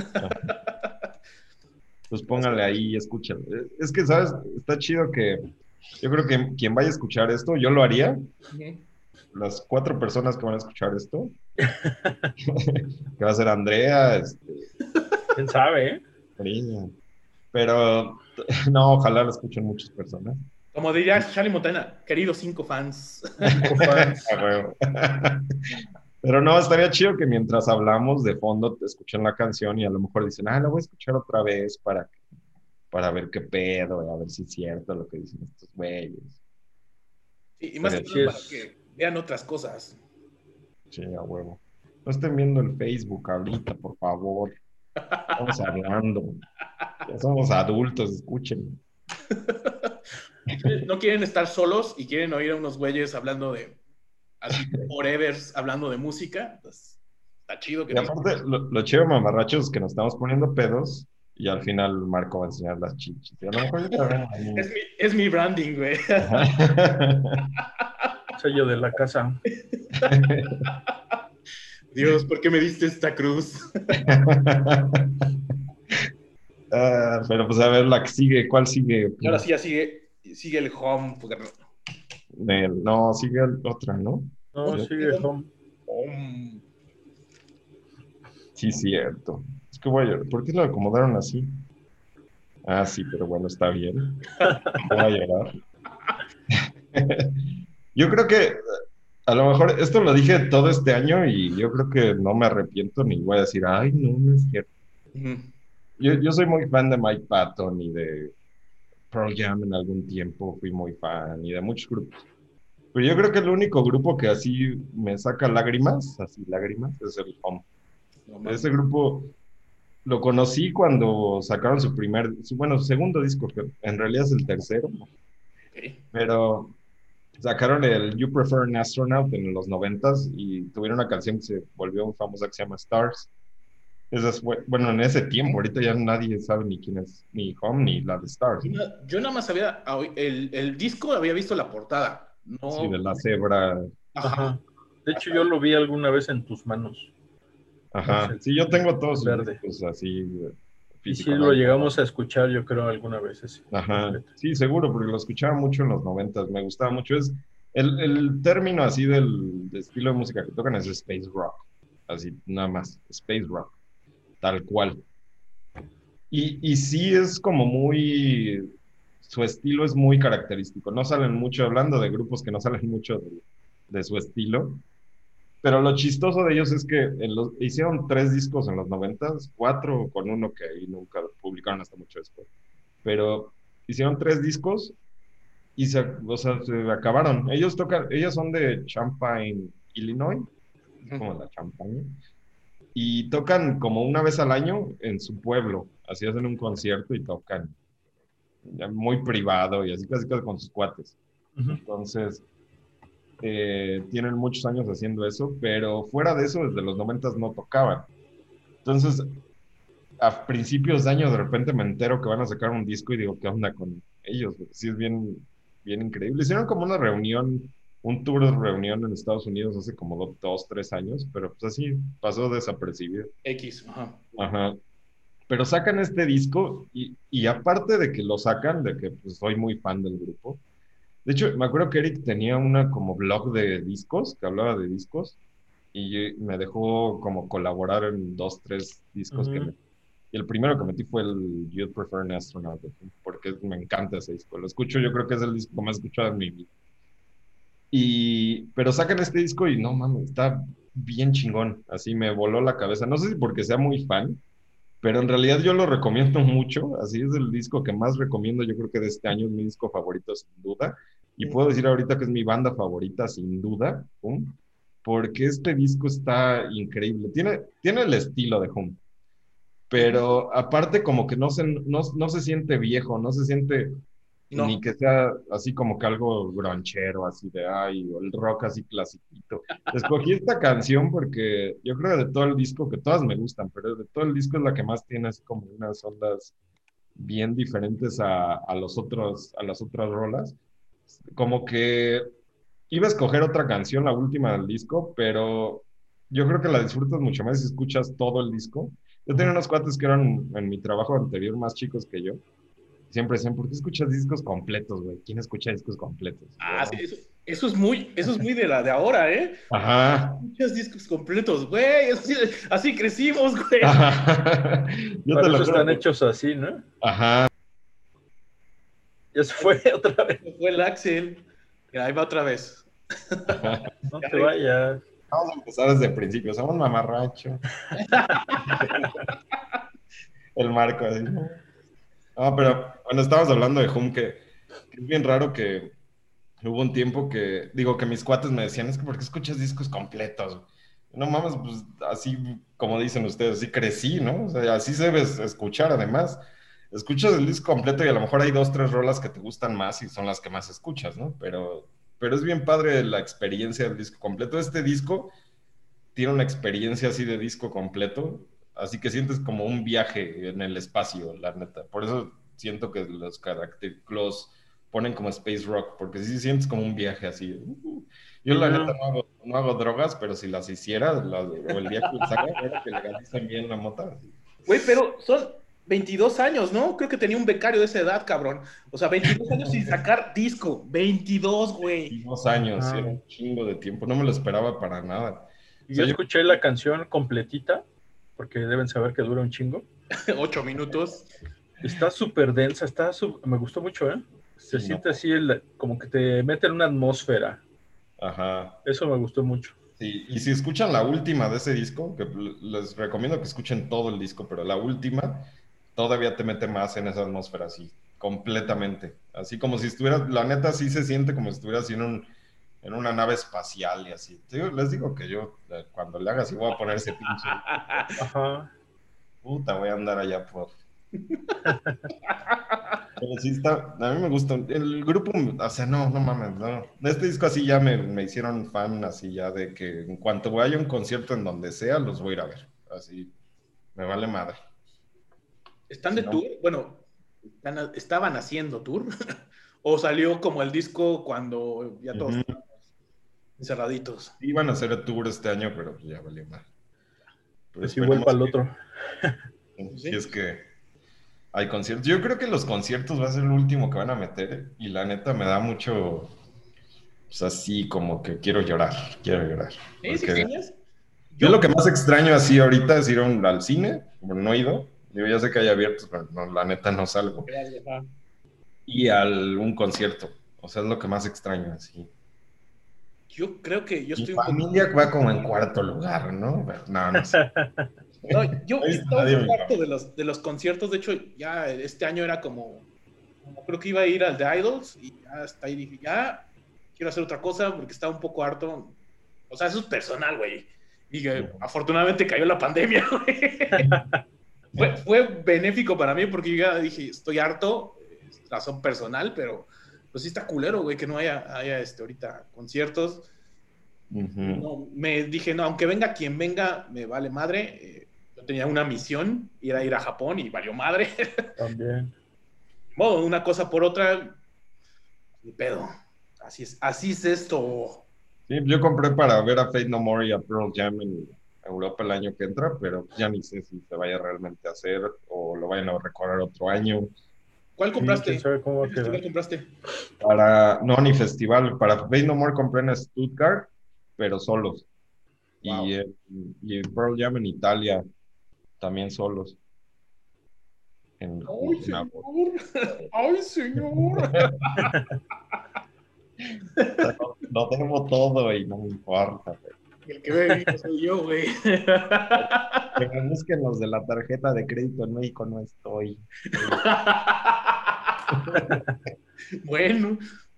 Pues póngale ahí y escúchalo. Es que, ¿sabes? Está chido que yo creo que quien vaya a escuchar esto, yo lo haría. Uh-huh. Las 4 personas que van a escuchar esto, que va a ser Andrea, ¿Quién sabe, Karina. Pero no, ojalá lo escuchen muchas personas. Como diría Charlie Montana, queridos 5 fans. 5 fans. A huevo. Pero no, estaría chido que mientras hablamos de fondo te escuchen la canción y a lo mejor dicen, la voy a escuchar otra vez para ver qué pedo, a ver si es cierto lo que dicen estos güeyes. Sí, y más que nada para que vean otras cosas. Sí, a huevo. No estén viendo el Facebook ahorita, por favor. Estamos hablando. Ya somos adultos, escuchen. No quieren estar solos y quieren oír a unos güeyes hablando de, así, forever, hablando de música. Pues, está chido que Y aparte, lo chido mamarrachos es que nos estamos poniendo pedos y al final Marco va a enseñar las chichis. Y a lo mejor yo también ahí. es mi branding, güey. Sello de la casa. Dios, ¿por qué me diste esta cruz? Pero pues a ver, la que sigue, ¿cuál sigue? Y ahora sí ya sigue el home. No, sigue otra, ¿no? No, sigue Home. Sí, cierto. Es que voy a llorar. ¿Por qué lo acomodaron así? Ah, sí, pero bueno, está bien. Voy a llorar. Yo creo que a lo mejor esto lo dije todo este año y yo creo que no me arrepiento ni voy a decir, ay, no, no es cierto. Yo soy muy fan de Mike Patton y de Pearl Jam en algún tiempo, fui muy fan y de muchos grupos. Pero yo creo que el único grupo que así me saca lágrimas, así lágrimas, es el Home. No, Ese grupo lo conocí cuando sacaron su segundo disco, que en realidad es el tercero, okay. pero sacaron el You Prefer an Astronaut en los 90s y tuvieron una canción que se volvió muy famosa que se llama Stars. Bueno, en ese tiempo, ahorita ya nadie sabe ni quién es ni Home ni la de Stars. Yo nada más había, el disco había visto la portada. No. Sí, de la cebra. Ajá. De hecho, yo lo vi alguna vez en tus manos. Ajá. Sí, yo tengo todos sus verde. discos así. Y sí lo llegamos a escuchar, yo creo, alguna vez. Así, ajá. completo. Sí, seguro, porque lo escuchaba mucho en los 90s. Me gustaba mucho. Es el término así del estilo de música que tocan es space rock. Así, nada más. Space rock. Tal cual. Y sí es como muy, su estilo es muy característico. No salen mucho, hablando de grupos que no salen mucho de su estilo, pero lo chistoso de ellos es que hicieron 3 discos en los 90s, 4 con uno que ahí nunca publicaron hasta mucho después, pero hicieron 3 discos y se acabaron. Ellos son de Champaign, Illinois, como la champaña, y tocan como una vez al año en su pueblo, así hacen un concierto y tocan ya muy privado y así casi con sus cuates. Entonces, tienen muchos años haciendo eso, pero fuera de eso, desde los 90s no tocaban. Entonces, a principios de año de repente me entero que van a sacar un disco y digo, ¿qué onda con ellos? Sí, es bien, bien increíble. Hicieron como una reunión, un tour de reunión en Estados Unidos hace como 2, 3 años, pero pues así pasó desapercibido. Ajá. Ajá. Pero sacan este disco y aparte de que lo sacan, de que pues soy muy fan del grupo. De hecho, me acuerdo que Eric tenía una como blog de discos, que hablaba de discos, y me dejó como colaborar en 2, 3 discos y el primero que metí fue el You'd Prefer an Astronaut, porque me encanta ese disco. Lo escucho, yo creo que es el disco más escuchado en mi vida. Pero sacan este disco y no mames, está bien chingón. Así me voló la cabeza. No sé si porque sea muy fan, pero en realidad yo lo recomiendo mucho. Así es el disco que más recomiendo. Yo creo que de este año es mi disco favorito, sin duda. Y puedo decir ahorita que es mi banda favorita, sin duda, porque este disco está increíble. Tiene el estilo de Hum, pero aparte como que no se siente viejo, no se siente ni que sea así como que algo gronchero, así de, o el rock así clasiquito. Escogí esta canción porque yo creo que de todo el disco, que todas me gustan, pero de todo el disco es la que más tiene así como unas ondas bien diferentes a las otras rolas. Como que iba a escoger otra canción, la última del disco, pero yo creo que la disfrutas mucho más si escuchas todo el disco. Yo tenía unos cuates que eran en mi trabajo anterior más chicos que yo. Siempre decían, ¿por qué escuchas discos completos, güey? ¿Quién escucha discos completos? Sí, eso es muy de ahora, ¿eh? Ajá. Muchos discos completos, güey. Así crecimos, güey. Yo te lo están hechos así, ¿no? Ajá. Ya se fue otra vez. Se fue el Axel. Ahí va otra vez. No te vayas. Vamos a empezar desde el principio. Somos mamarracho. El Marco así. No, pero bueno, estábamos hablando de Hum, que es bien raro que hubo un tiempo que mis cuates me decían, es que ¿por qué escuchas discos completos? No mames, pues así como dicen ustedes, así crecí, ¿no? O sea, así se debe escuchar además. Escuchas el disco completo y a lo mejor hay dos, tres rolas que te gustan más y son las que más escuchas, ¿no? Pero es bien padre la experiencia del disco completo. Este disco tiene una experiencia así de disco completo, así que sientes como un viaje en el espacio, la neta. Por eso siento que los ponen como space rock, porque sí sientes como un viaje así. Yo Y la neta yo, no hago drogas, pero si las hiciera, o el día que las haga, ahora que legalicen bien la mota. Güey, pero son 22 años, ¿no? Creo que tenía un becario de esa edad, cabrón. O sea, 22 años sin sacar disco. 22, güey. 2 años, sí, era ah, un chingo de tiempo, no me lo esperaba para nada. O yo sea, escuché la canción completita, porque deben saber que dura un chingo. 8 minutos. Está súper densa, me gustó mucho, ¿eh? Se sí, no. siente así, como que te mete en una atmósfera. Ajá. Eso me gustó mucho. Sí, y si escuchan la última de ese disco, que les recomiendo que escuchen todo el disco, pero la última todavía te mete más en esa atmósfera, así, completamente. Así como si estuviera, la neta sí se siente como si estuvieras así en una nave espacial y así. Les digo que yo, cuando le haga así, voy a poner ese pinche disco. Ajá. Puta, voy a andar allá por... Pero sí está, a mí me gusta. El grupo, o sea, no mames, no. Este disco así ya me hicieron fan, así ya de que en cuanto vaya a un concierto en donde sea, los voy a ir a ver. Así, me vale madre. ¿Están Si de no, tour? Bueno, estaban haciendo tour. ¿O salió como el disco cuando ya todos ujú. estábamos encerraditos? Iban a hacer el tour este año, pero pues ya valió mal. Pero Pues igual esperemos para el otro. que, si ¿Sí? es que hay conciertos. Yo creo que los conciertos va a ser el último que van a meter, y la neta me da mucho, pues así como que quiero llorar. ¿Sí? ¿Sí Porque extrañas? yo lo Yo, que más extraño así ahorita es ir al cine, bueno, no he ido, digo, ya sé que hay abiertos, pero no, la neta no salgo, y un concierto, o sea, es lo que más extraño, así. yo creo que yo Mi estoy un poco... familia va como en cuarto lugar, ¿no? Pero no, no sé. No, No he yo visto a estaba un nadie de poco mi harto familia. de los conciertos. De hecho, ya este año era como creo que iba a ir al de Idols y ya hasta ahí dije, ya quiero hacer otra cosa porque estaba un poco harto. O sea, eso es personal, güey. Y que afortunadamente cayó la pandemia, güey. Fue benéfico para mí porque yo ya dije, estoy harto, es razón personal, pero pues sí está culero, güey, que no haya ahorita conciertos. Ujú. No, me dije, no, aunque venga quien venga, me vale madre. Yo tenía una misión, y era ir a Japón y valió madre. También. Bueno, una cosa por otra, ni pedo. Así es esto. Sí, yo compré para ver a Fate No More y a Pearl Jam en Europa el año que entra, pero ya ni sé si se vaya realmente a hacer o lo vayan a recorrer otro año. ¿Cuál Sí, quién compraste? sabe cómo va ¿Qué a festival quedar. compraste? No, ni festival, para Fate No More compré en Stuttgart, pero solos. Y, Wow. eh, y Pearl Jam en Italia, también solos, en, Ay, en agosto. señor. Ay, señor. O sea, lo debo todo y no me importa. El que ve vivo soy yo, güey. Que me busquen los de la tarjeta de crédito en México, no estoy. Bueno,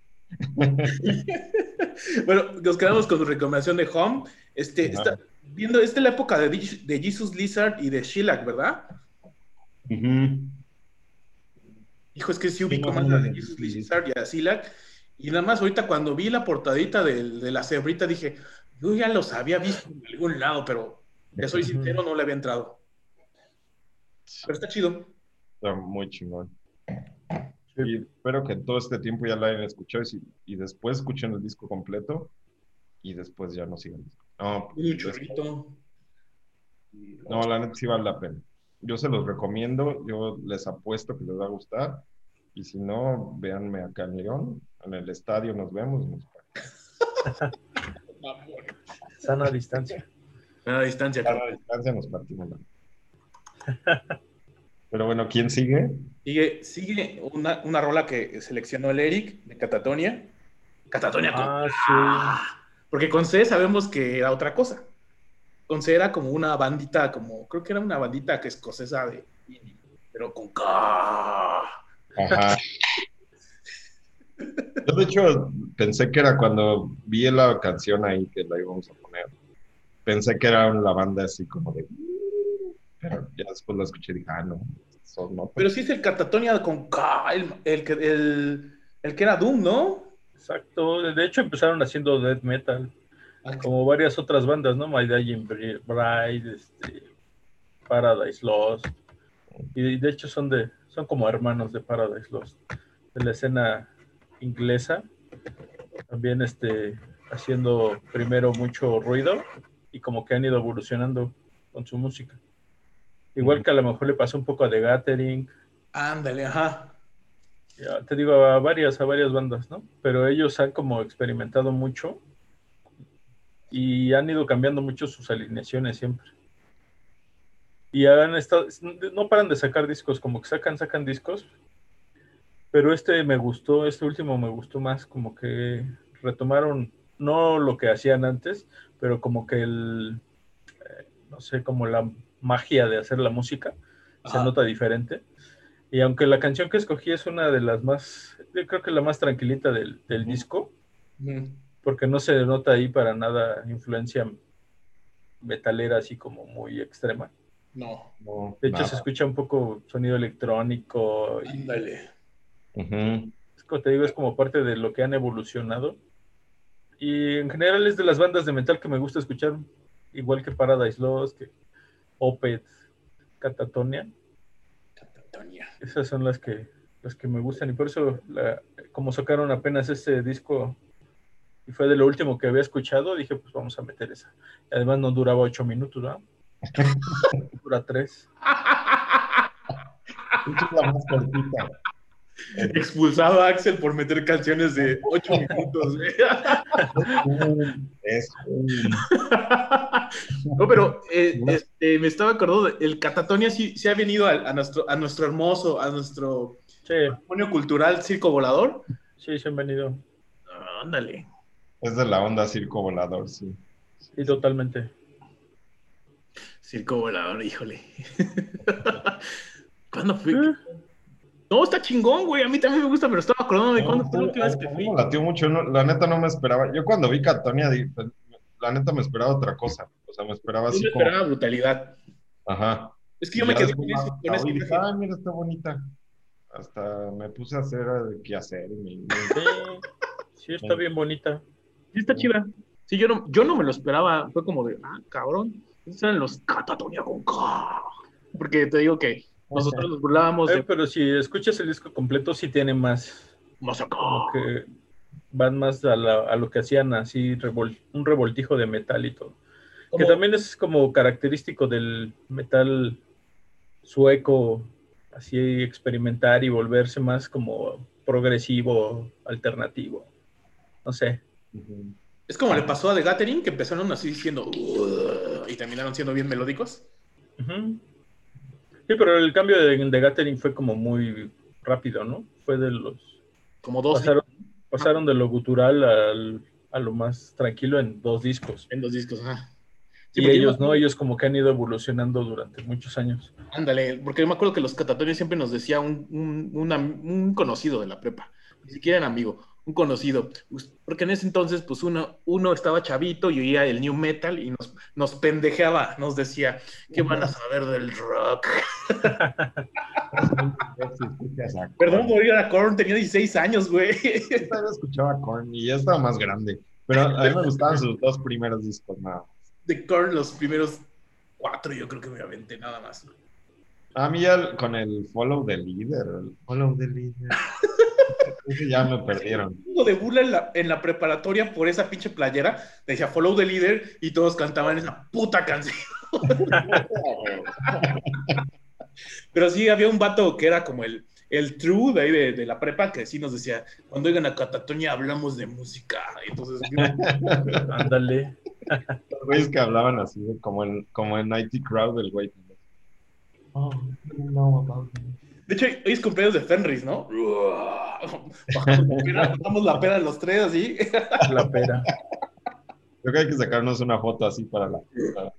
bueno, nos quedamos con tu recomendación de Home. Está Ajá. viendo, esta es la época de Jesus Lizard y de Shellac, ¿verdad? Ujú. Hijo, es que sí Sí, ubico más o más la menos de de Jesus Disney. Lizard y a Shellac. Y nada más ahorita cuando vi la portadita de la cebrita dije, yo ya los había visto en algún lado, pero te soy Ujú. sincero, no le había entrado. Pero está chido. Está muy chingón. Sí. Y espero que todo este tiempo ya la hayan escuchado y después escuchen el disco completo y después ya no sigan. No, Un chorrito. no, la neta sí vale la pena. Yo se los recomiendo, yo les apuesto que les va a gustar. Y si no, véanme acá en León, en el estadio nos vemos. Sana distancia. A la distancia, A la carnal. distancia nos partimos Pero bueno, ¿quién sigue? Sigue una rola que seleccionó el Eric de Catatonia. Catatonia con... Ah, sí. Porque con C sabemos que era otra cosa. Con C era como una bandita, como creo que era una bandita que escocesa de indie, pero con K. Ajá. Yo de hecho pensé que era cuando vi la canción ahí que la íbamos a poner. pensé que era la banda así como de... Pero ya después la escuché y dije, no, son Pero notas. sí es el Catatonia con K, el que era Doom, ¿no? Exacto. De hecho, empezaron haciendo death metal, como varias otras bandas, ¿no? My Dying Bride, Paradise Lost. Y de hecho son como hermanos de Paradise Lost, de la escena inglesa. También haciendo primero mucho ruido y como que han ido evolucionando con su música. Igual que a lo mejor le pasó un poco a The Gathering, Ándale, ajá. ya te digo, a varias bandas, ¿no? Pero ellos han como experimentado mucho y han ido cambiando mucho sus alineaciones siempre. Y han estado, no paran de sacar discos, como que sacan discos, pero me gustó, este último me gustó más, como que retomaron, no lo que hacían antes, pero como que no sé, como la magia de hacer la música se Ajá. nota diferente. Y aunque la canción que escogí es una de las más, yo creo que la más tranquilita del disco, Ujú. porque no se nota ahí para nada influencia metalera así como muy extrema. No, No, De hecho, se nada. escucha un poco sonido electrónico y, ándale. Ujú. como te digo, es como parte de lo que han evolucionado. Y en general es de las bandas de metal que me gusta escuchar, igual que Paradise Lost, que Opeth, Catatonia. Catatonia. Esas son las que me gustan y por eso, como sacaron apenas este disco y fue de lo último que había escuchado, dije, pues vamos a meter esa. Además no duraba 8 minutos, ¿no? Dura 3. Esta es la más cortita. Expulsado a Axel por meter canciones de 8 minutos, güey. Es un... No, pero me estaba acordando, el Catatonia sí, sí ha venido a nuestro hermoso, a nuestro Sí, patrimonio cultural circo volador. sí, se han venido. Ándale. Es de la onda circo volador, sí. Sí, totalmente. Circo volador, híjole. ¿Cuándo fui? Eh, No, está chingón, güey. A mí también me gusta, pero estaba acordando de No, cuándo sí, fue la última vez que a mí me fui. latió mucho, la neta no me esperaba. Yo cuando vi Catonia, pues, la neta me esperaba otra cosa. O sea, me esperaba Yo así me como, esperaba brutalidad. ajá. Es que yo Y me ya quedé después con, con la esa oí y dije, imagen. ay, mira, está bonita. Hasta me puse a hacer qué hacer y sí, sí, está bien bonita. Sí, está chida. Sí, yo no me lo esperaba. Fue como de, cabrón. Esos eran los Catatonia con K. Porque te digo que nosotros nos burlábamos de Pero si escuchas el disco completo, sí tiene más, más acá. como que van más a lo que hacían así, un revoltijo de metal y todo. Que Como, también es como característico del metal sueco, así experimentar y volverse más como progresivo, alternativo. No sé. Ujú. es como le pasó a The Gathering, que empezaron así diciendo y terminaron siendo bien melódicos. Ujú. Sí, pero el cambio de Gathering fue como muy rápido, ¿no? Fue de los... Como 2 días. Pasaron, Ajá, pasaron de lo gutural a lo más tranquilo en 2 discos. en 2 discos. Ajá. Sí, Y porque yo me ellos, ¿no? acuerdo, Ellos como que han ido evolucionando durante muchos años. ándale, porque yo me acuerdo que los Catatonia siempre nos decía un conocido de la prepa, ni siquiera era amigo, un conocido, porque en ese entonces, pues uno estaba chavito y oía el new metal y nos pendejeaba, nos decía, ¿qué van a saber del rock? Si escuchas a Perdón Korn. por ir a Korn, tenía 16 años, güey. Yo todavía escuchaba Korn y ya estaba más grande. Pero a mí me gustaban sus dos primeros discos, nada más. De Korn, los primeros 4, yo creo que me aventé nada más. A mí ya con el Follow the Leader, el Follow the Leader, ese ya me perdieron. Un de burla en la preparatoria por esa pinche playera, decía Follow the Leader y todos cantaban esa puta canción. Pero sí, había un vato que era como el true de ahí de la prepa que sí nos decía, cuando oigan a Catatonia hablamos de música. Y entonces, Ándale. Los güeyes que hablaban así, como en IT Crowd, el güey. Oh, you know about me. de hecho, hoy es cumpleaños de Fenris, ¿no? Bajamos la pera los tres, así. La pera. Creo que hay que sacarnos una foto así para la fiesta.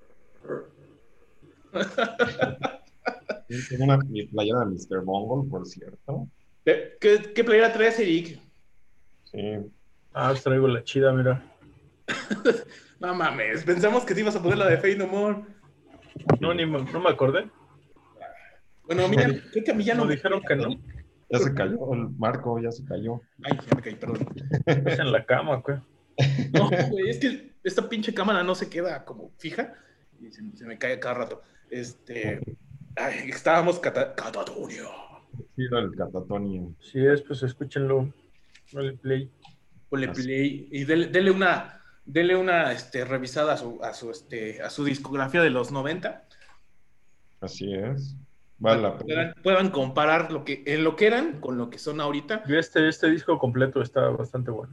Sí, tengo mi playera de Mr. Mongol, por cierto. ¿Qué playera traes, Eric? Sí. Ah, os traigo la chida, mira. No mames, pensamos que te ibas a poner la de Fey No More. No, no me acordé. Bueno, creo que a mí ya no No me dijeron que no. Ya se cayó el marco, ya se cayó. Ay, ya me caí, perdón. Es en la cama, güey. No, güey, es que esta pinche cámara no se queda como fija y se me cae cada rato. Ay, estábamos catatonia. Sí, el catatonio. Si es, pues escúchenlo. Dale play. Ponle Así. play y dele una revisada a su discografía de los 90. Así es. Vale la pena. Puedan comparar en lo que eran con lo que son ahorita. Y este disco completo está bastante bueno.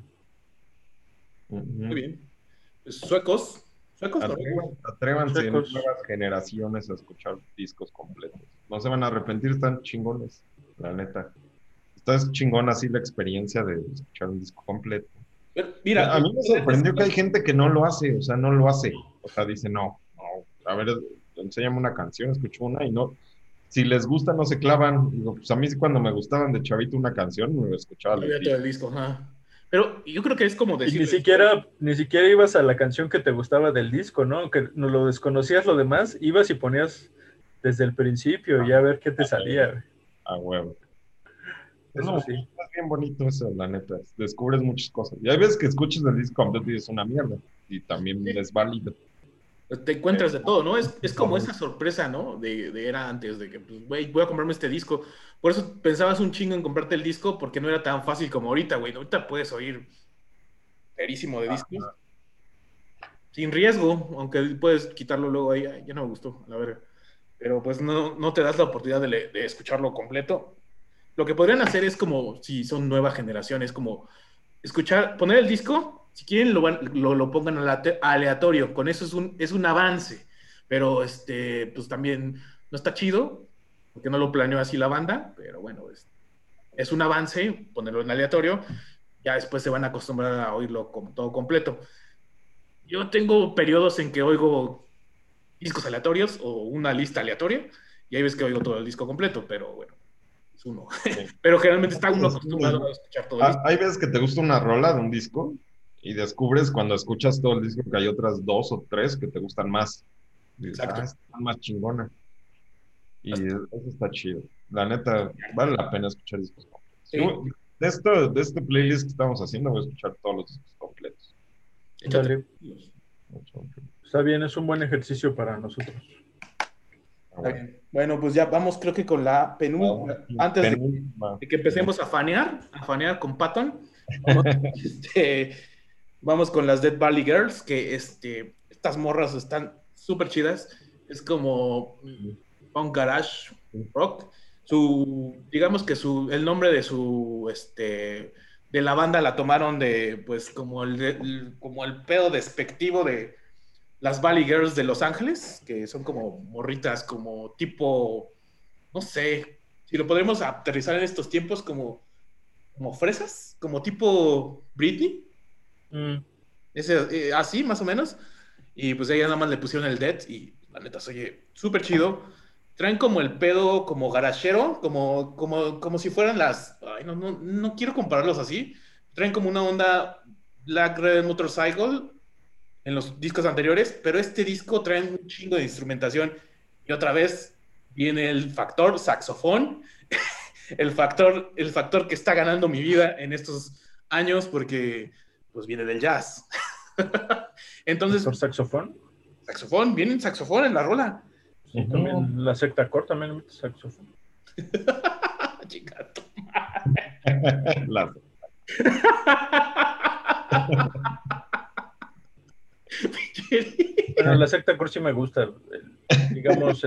Muy bien. Pues, suecos, noruegos. Atrévanse en Suecos. nuevas generaciones a escuchar discos completos. No se van a arrepentir, están chingones, la neta. Está chingón así la experiencia de escuchar un disco completo. Pero, mira, A mí me sorprendió que hay gente que no lo hace, o sea, no lo hace. O sea, dice, no, a ver, enséñame una canción, escucho una y no. Si les gusta, no se clavan. Digo, pues a mí cuando me gustaban de chavito una canción, me escuchaba no los había todo el disco, ajá. Pero yo creo que es como Y decir. ni siquiera ibas a la canción que te gustaba del disco, ¿no? Que no lo desconocías lo demás, ibas y ponías desde el principio y a ver qué te salía, güey. a huevo. Eso No, sí. es bien bonito eso, la neta. Descubres muchas cosas. Y hay veces que escuchas el disco completo y es una mierda. Y también es válido. Te encuentras de todo, ¿no? Es como esa sorpresa, ¿no? De era antes, de que, pues, güey, voy a comprarme este disco. Por eso pensabas un chingo en comprarte el disco, porque no era tan fácil como ahorita, güey. Ahorita puedes oír carísimo de discos, sin riesgo, aunque puedes quitarlo luego ahí. Ay, ya no me gustó, a ver. Pero pues no te das la oportunidad de escucharlo completo. Lo que podrían hacer es como, si son nueva generación, es como poner el disco, si quieren lo pongan aleatorio, con eso es un avance, pero pues también no está chido, porque no lo planeó así la banda, pero bueno, es un avance, ponerlo en aleatorio, ya después se van a acostumbrar a oírlo como todo completo. Yo tengo periodos en que oigo discos aleatorios o una lista aleatoria, y hay veces que oigo todo el disco completo, pero bueno, es uno. Sí. Pero generalmente está uno acostumbrado a escuchar todo el disco. Hay veces que te gusta una rola de un disco y descubres cuando escuchas todo el disco que hay otras 2 o 3 que te gustan más. Y dices, Exacto. está más chingona. Y eso está chido. La neta, vale la pena escuchar discos completos. Sí. Yo, de este playlist que estamos haciendo, voy a escuchar todos los discos completos. Dale. Mucho. Está bien, es un buen ejercicio para nosotros. Está bien. Bueno, pues ya vamos, creo que con la penúltima. Antes de que empecemos a fanear con Patton, vamos con las Dead Valley Girls, que estas morras están súper chidas. Es como punk garage rock. Digamos que el nombre de la banda la tomaron pues como como el pedo despectivo de las Valley Girls de Los Ángeles, que son como morritas, como tipo, no sé, si lo podemos aterrizar en estos tiempos como fresas, como tipo Britney, así más o menos, y pues ella nada más le pusieron el Dead y la neta se oye súper chido. Traen como el pedo como garachero, como si fueran ay, no quiero compararlos así, traen como una onda Black Red Motorcycle en los discos anteriores, pero este disco trae un chingo de instrumentación y otra vez viene el factor saxofón, el factor que está ganando mi vida en estos años porque pues viene del jazz. Entonces, ¿Por saxofón? Saxofón, viene saxofón en la rola. Sí, también la secta core también mete saxofón. Chicato. Bueno, la secta core sí me gusta. Digamos,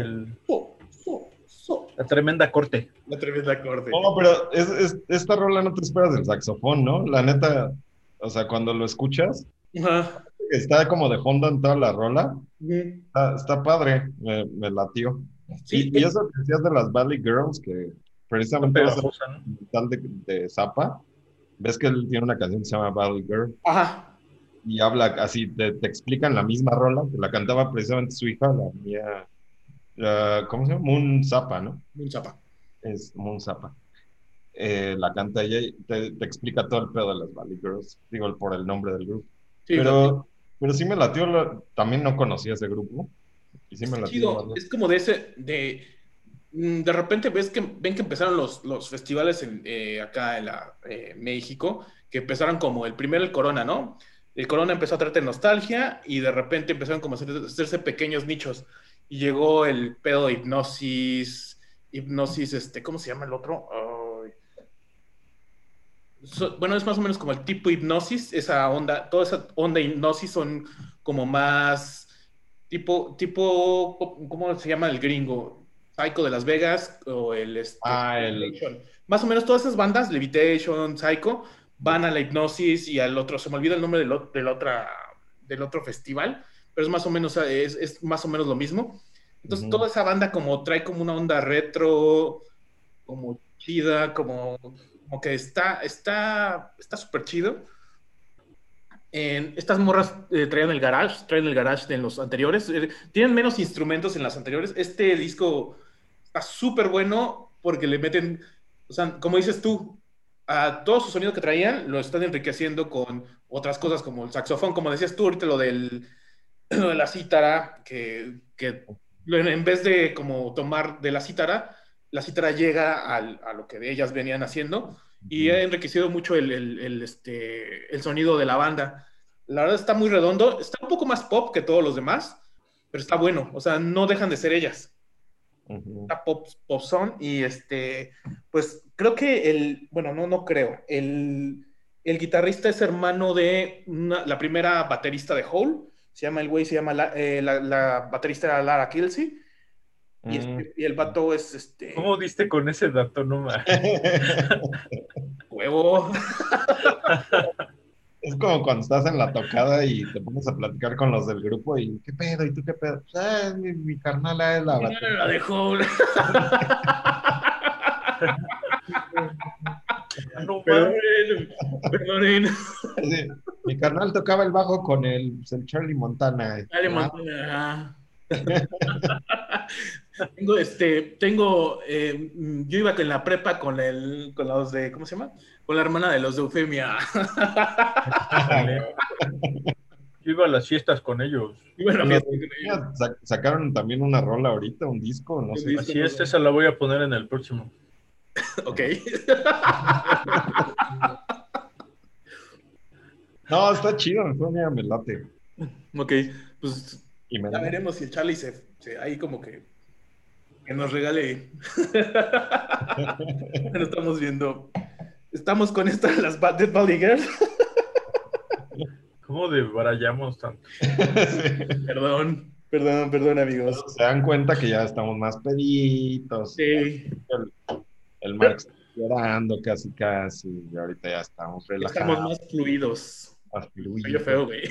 la tremenda corte. La tremenda corte. No, pero esta rola no te esperas del saxofón, ¿no? La neta, o sea, cuando lo escuchas, está como de fondo en toda la rola. Está padre, me latió. Sí, Y eso que decías de las Valley Girls, que precisamente vas ¿no? de Zappa, ves que él tiene una canción que se llama Valley Girl. Ajá. Y habla así, te explican la misma rola, que la cantaba precisamente su hija, la mía, ¿cómo se llama? Moon Zappa, ¿no? Moon Zappa. Es Moon Zappa. La canta ella y te explica todo el pedo de las Valley Girls, digo, por el nombre del grupo. Sí, pero sí me latió, también no conocía ese grupo, y sí me está latió la chido. banda. Es como de ese, de repente ven que empezaron los festivales acá en México, que empezaron como el primero el Corona, ¿no? El Corona empezó a traerte nostalgia y de repente empezaron como a hacerse pequeños nichos. Y llegó el pedo de hipnosis, ¿cómo se llama el otro? Ay, bueno, es más o menos como el tipo hipnosis, esa onda, toda esa onda hipnosis son como más ¿cómo se llama el gringo? Psycho de Las Vegas o el Ah, Levitation. Más o menos todas esas bandas, Levitation, Psycho, van a la hipnosis y al otro, se me olvida el nombre del otro festival, pero es más o menos, es más o menos lo mismo. Entonces, ujú, toda esa banda como trae como una onda retro, como chida, como que está súper chido. Estas morras traen el garage de los anteriores. Tienen menos instrumentos en las anteriores. Este disco está súper bueno porque le meten, o sea, como dices tú, a todo su sonido que traían lo están enriqueciendo con otras cosas como el saxofón, como decías tú ahorita, lo de la cítara, que en vez de como tomar de la cítara llega a lo que ellas venían haciendo y ujú, ha enriquecido mucho el sonido de la banda. La verdad está muy redondo, está un poco más pop que todos los demás, pero está bueno, o sea, no dejan de ser ellas. ujú. Está pop son y pues creo que bueno, no creo, el guitarrista es hermano de la primera baterista de Hole, se llama la baterista era Lara Kilsey, Mm. y el vato es ¿Cómo diste con ese dato? No más. huevo. Es como cuando estás en la tocada y te pones a platicar con los del grupo y ¿qué pedo? ¿Y tú qué pedo? Pues, mi carnal es la La batería. de Hole. No más. Perdonen, perdonen. Sí, mi carnal tocaba el bajo con el Charlie Montana. Dale, Ah, Montana. Yo iba en la prepa con los de, ¿cómo se llama? Con la hermana de los de Eufemia. Dale. Yo iba a las fiestas con ellos. Iba a la con los fiesta de con ellos. Euphoria sacaron también una rola ahorita, un disco, no Un sé. disco, Así no es, sé. esa la voy a poner en el próximo. Ok. No, está chido, Euphoria me late. Ok, pues Y ya Menda. veremos si el Charlie ahí como que nos regale. Bueno, estamos viendo. Estamos con esta de las Dead Valley Girls. ¿Cómo debrayamos tanto? Sí. Perdón, amigos. Se dan cuenta que ya estamos más peditos. Sí, El Mark está llorando casi, casi. Y ahorita ya estamos estamos relajados, más fluidos. más Soy yo fluidos. feo, güey.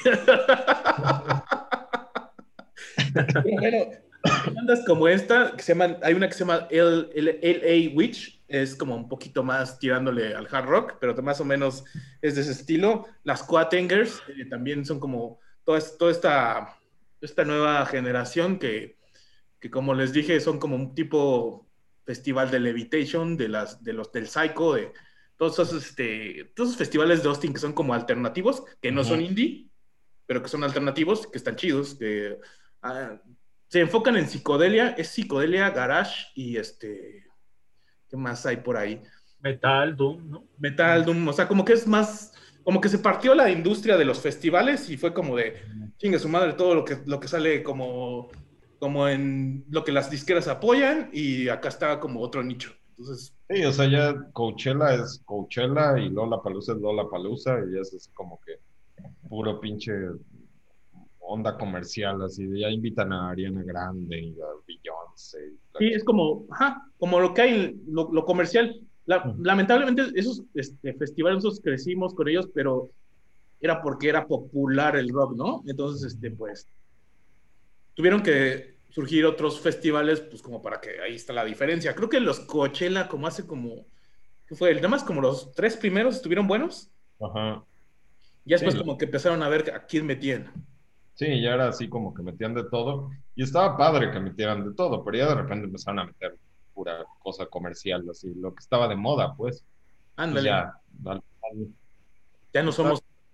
Pero bueno, hay bandas como esta, hay una que se llama LA Witch, es como un poquito más tirándole al hard rock, pero más o menos es de ese estilo. Las Quatengers también son como toda esta nueva generación que, como les dije, son como un tipo festival de Levitation, del Psycho, de todos esos festivales de Austin que son como alternativos, que no son Ujú. indie, pero que son alternativos, que están chidos, que ah, se enfocan en psicodelia, es psicodelia, garage y ¿qué más hay por ahí? Metal, Doom, ¿no? Metal, Doom, o sea, como que es más, como que se partió la industria de los festivales y fue como de, chingue su madre, todo lo que sale como en lo que las disqueras apoyan y acá está como otro nicho. Entonces, Sí, o sea, ya Coachella es Coachella y Lollapalooza es Lollapalooza y es así como que puro pinche onda comercial, así de ya invitan a Ariana Grande y a Beyoncé. Y la sí, es como, ajá, como lo que hay, lo comercial. Ujú. Lamentablemente esos festivales, nosotros crecimos con ellos, pero era porque era popular el rock, ¿no? Entonces, pues, tuvieron que surgir otros festivales, pues, como para que ahí está la diferencia. Creo que los Coachella, como hace como, ¿qué fue? El tema es como los tres primeros estuvieron buenos, Ajá. ya Sí, después como que empezaron a ver a quién metían. sí, ya era así como que metían de todo. Y estaba padre que metieran de todo, pero ya de repente empezaron a meter pura cosa comercial, así, lo que estaba de moda, pues. Pues Ándale, ya, dale, dale. ya no Está, somos.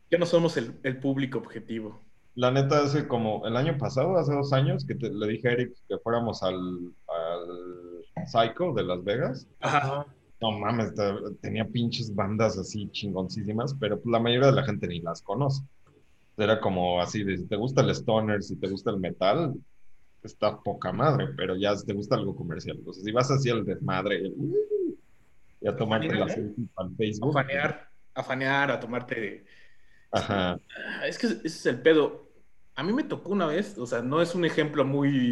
Ya no somos el público objetivo. La neta, hace como el año pasado, hace 2 años, que le dije a Eric que fuéramos al Psycho de Las Vegas. Ajá. Ajá. No mames, tenía pinches bandas así chingoncísimas, pero pues la mayoría de la gente ni las conoce. Era como así, de si te gusta el stoner, si te gusta el metal, está poca madre, pero ya si te gusta algo comercial. Entonces, si vas así al desmadre y a A tomarte fanear, la ¿no? selfie para el A Facebook, pues, fanear, a fanear, a tomarte. ajá, Es que ese es el pedo. A mí me tocó una vez, o sea, no es un ejemplo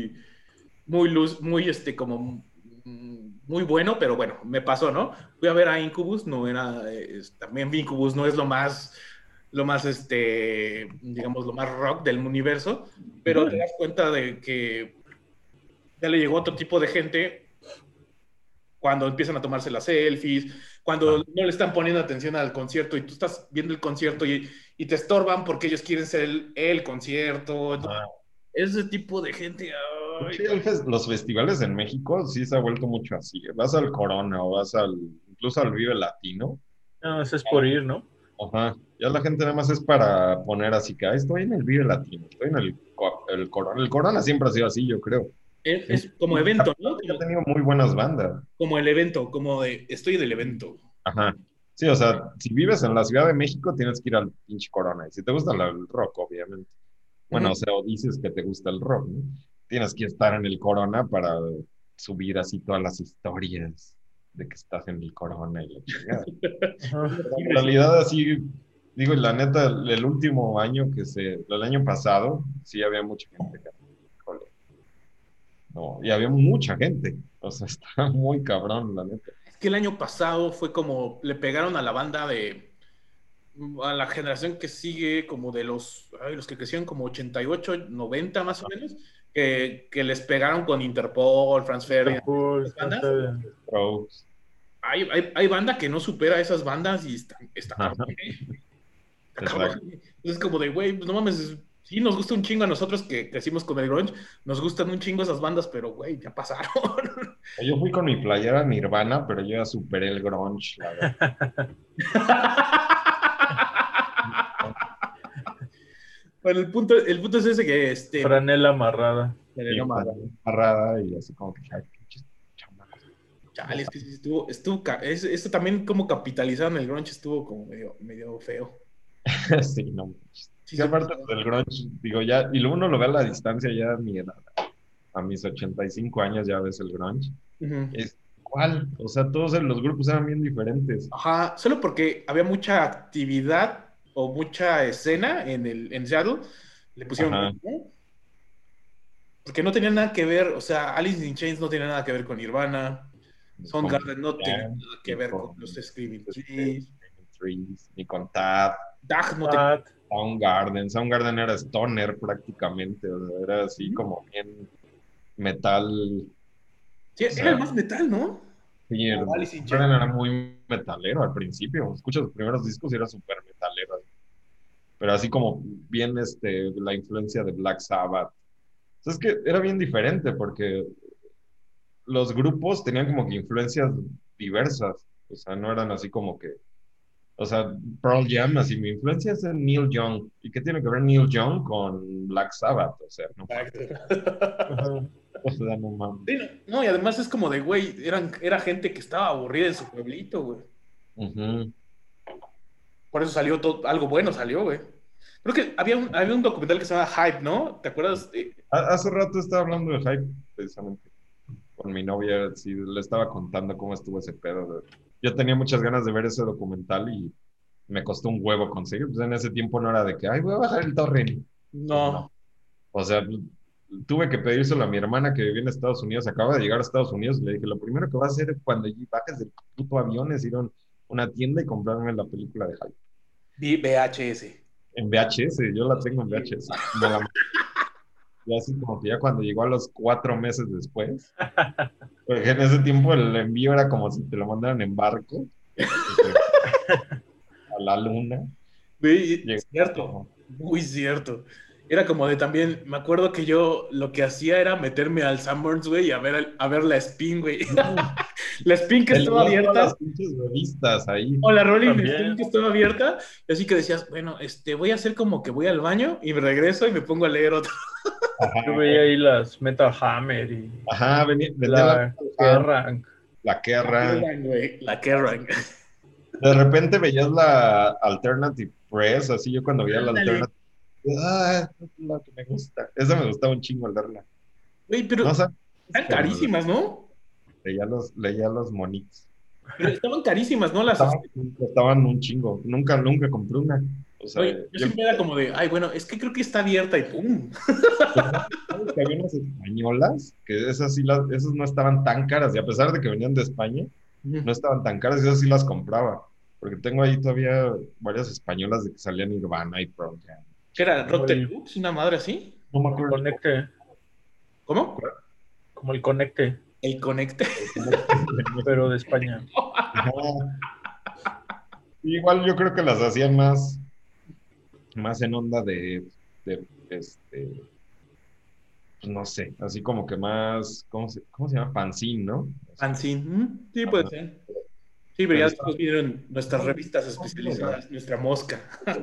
muy como muy bueno, pero bueno, me pasó, ¿no? Fui a ver a Incubus, no era, también Incubus no es lo más, digamos, lo más rock del universo, pero te das cuenta de que ya le llegó otro tipo de gente cuando empiezan a tomarse las selfies, cuando ah, no le están poniendo atención al concierto y tú estás viendo el concierto y te estorban porque ellos quieren ser el concierto. Entonces, ajá. ese tipo de gente, Sí, ay, los festivales en México sí se ha vuelto mucho así. Vas al Corona o incluso al Vive Latino. No, eso es por ir, ¿no? Ajá. Ya la gente nada más es para poner así que, estoy en el Vive Latino, estoy en el Corona. El Corona siempre ha sido así, yo creo. es como evento, ¿no? Ya ha tenido muy buenas bandas. Como el evento, como de estoy del evento. Ajá. Sí, o sea, si vives en la Ciudad de México, tienes que ir al pinche Corona. Y si te gusta el rock, obviamente. Bueno, o Ujú. sea, o dices que te gusta el rock, ¿no? Tienes que estar en el Corona para subir así todas las historias de que estás en el Corona y la chingada. Ajá. Pero en realidad, así, digo, la neta, el último año el año pasado, sí había mucha gente que, híjole, no, y había mucha gente. O sea, está muy cabrón, la neta. Es que el año pasado fue como le pegaron a la banda a la generación que sigue como de los que crecieron como 88 90 más o menos, que les pegaron con Interpol, Franz Ferdinand, Interpol, esas bandas. Strokes. Hay banda que no supera a esas bandas y está cabrón, Ajá, ¿eh? Está cabrón. exacto. Es como de, güey, pues no mames, sí nos gusta un chingo a nosotros que crecimos con el grunge, nos gustan un chingo esas bandas, pero güey, ya pasaron. Yo fui con mi playera Nirvana, pero yo ya superé el grunge, la verdad. Bueno, el punto es ese que Franela amarrada. Y no está mames. agarrada y así como que, ay, pinches chamacos. Chale, es que sí esto también como capitalizaron el grunge estuvo como medio feo. Sí, no manches. Sí Que se aparte pasó. del grunge, digo, ya, y uno lo ve a la distancia ya a mi edad, a mis 85 años ya ves el grunge. Ujú. Es igual, o sea, todos los grupos eran bien diferentes. Ajá, solo porque había mucha actividad o mucha escena en Seattle, le pusieron Ajá. grunge, ¿no? Porque no tenía nada que ver, o sea, Alice in Chains no tenía nada que ver con Nirvana, Ni con Soundgarden no tenía Jam, nada que ni ver con con los Screaming este, Trees, Trees, ni con Tad, Dag no tenía. Pat, Soundgarden. Soundgarden era stoner prácticamente, o sea, era así como bien metal. Sí, O era el sea, más metal, ¿no? sí, O Alice in Chains. Soundgarden era muy metalero al principio. Escuchas los primeros discos y era súper metalero. Pero así como bien la influencia de Black Sabbath. O sea, es que era bien diferente porque los grupos tenían como que influencias diversas. O sea, no eran así como que, o sea, Pearl Jam, así mi influencia es en Neil Young. ¿Y qué tiene que ver Neil Young con Black Sabbath? O sea, no Exacto. mames. O sea, no mames. Sí, no, y además es como de, güey, era gente que estaba aburrida en su pueblito, güey. Ujú. Por eso salió todo, algo bueno salió, güey. Creo que había un documental que se llama Hype, ¿no? ¿Te acuerdas? Hace rato estaba hablando de Hype, precisamente, con mi novia, sí, le estaba contando cómo estuvo ese pedo. Yo tenía muchas ganas de ver ese documental y me costó un huevo conseguir. Pues en ese tiempo no era de que, ay, voy a bajar el torrent. Pues No. no. O sea, tuve que pedírselo a mi hermana que vivía en Estados Unidos, acaba de llegar a Estados Unidos, y le dije, lo primero que vas a hacer cuando bajes del puto avión es ir a una tienda y comprarme la película de Hype. VHS. En VHS, yo la tengo en Sí. VHS. Y así como que ya cuando llegó a los 4 meses después, porque en ese tiempo el envío era como si te lo mandaran en barco, a la luna. Güey, Llegó cierto, como, muy cierto. Era como de también, me acuerdo que yo lo que hacía era meterme al Sanborns, güey, y a ver la Spin, güey. La Spin que Te estaba leías todas las abierta, pinches revistas ahí. o la Rolling Stone También. que estaba abierta, y así que decías, bueno, voy a hacer como que voy al baño y me regreso y me pongo a leer otra. Yo Ajá, veía ahí las Metal Hammer y ajá, vendía la Kerrang. la La Kerrang. Kerrang, güey, la Kerrang. De repente veías la Alternative Press, así yo cuando veía la Ándale. Alternative, es la que me gusta. Esa me gustaba un chingo al verla. Güey, No pero sé, están pero carísimas, ¿no? leía los monitos. Pero estaban carísimas, ¿no? Estaban un chingo. Nunca compré una. O sea, Güey, yo yo siempre era como de, ay, bueno, es que creo que está abierta y pum. ¿sabes que había unas españolas? Que esas sí esas no estaban tan caras. Y a pesar de que venían de España, no estaban tan caras y esas sí las compraba. Porque tengo ahí todavía varias españolas de que salían Nirvana y Pearl Jam. ¿Qué era? Como ¿Rock el, Deluxe? ¿Una madre así? No me el acuerdo. conecte, ¿Cómo? como el conecte, El Conecte. pero de España. Ajá. Igual yo creo que las hacían más en onda de pues no sé, así como que más, cómo se llama? Fanzine, ¿no? Así, Fanzine. Sí, puede ajá. ser. Sí, pero ya Pero está, después vinieron nuestras está- revistas está muy raro. especializadas, nuestra mosca.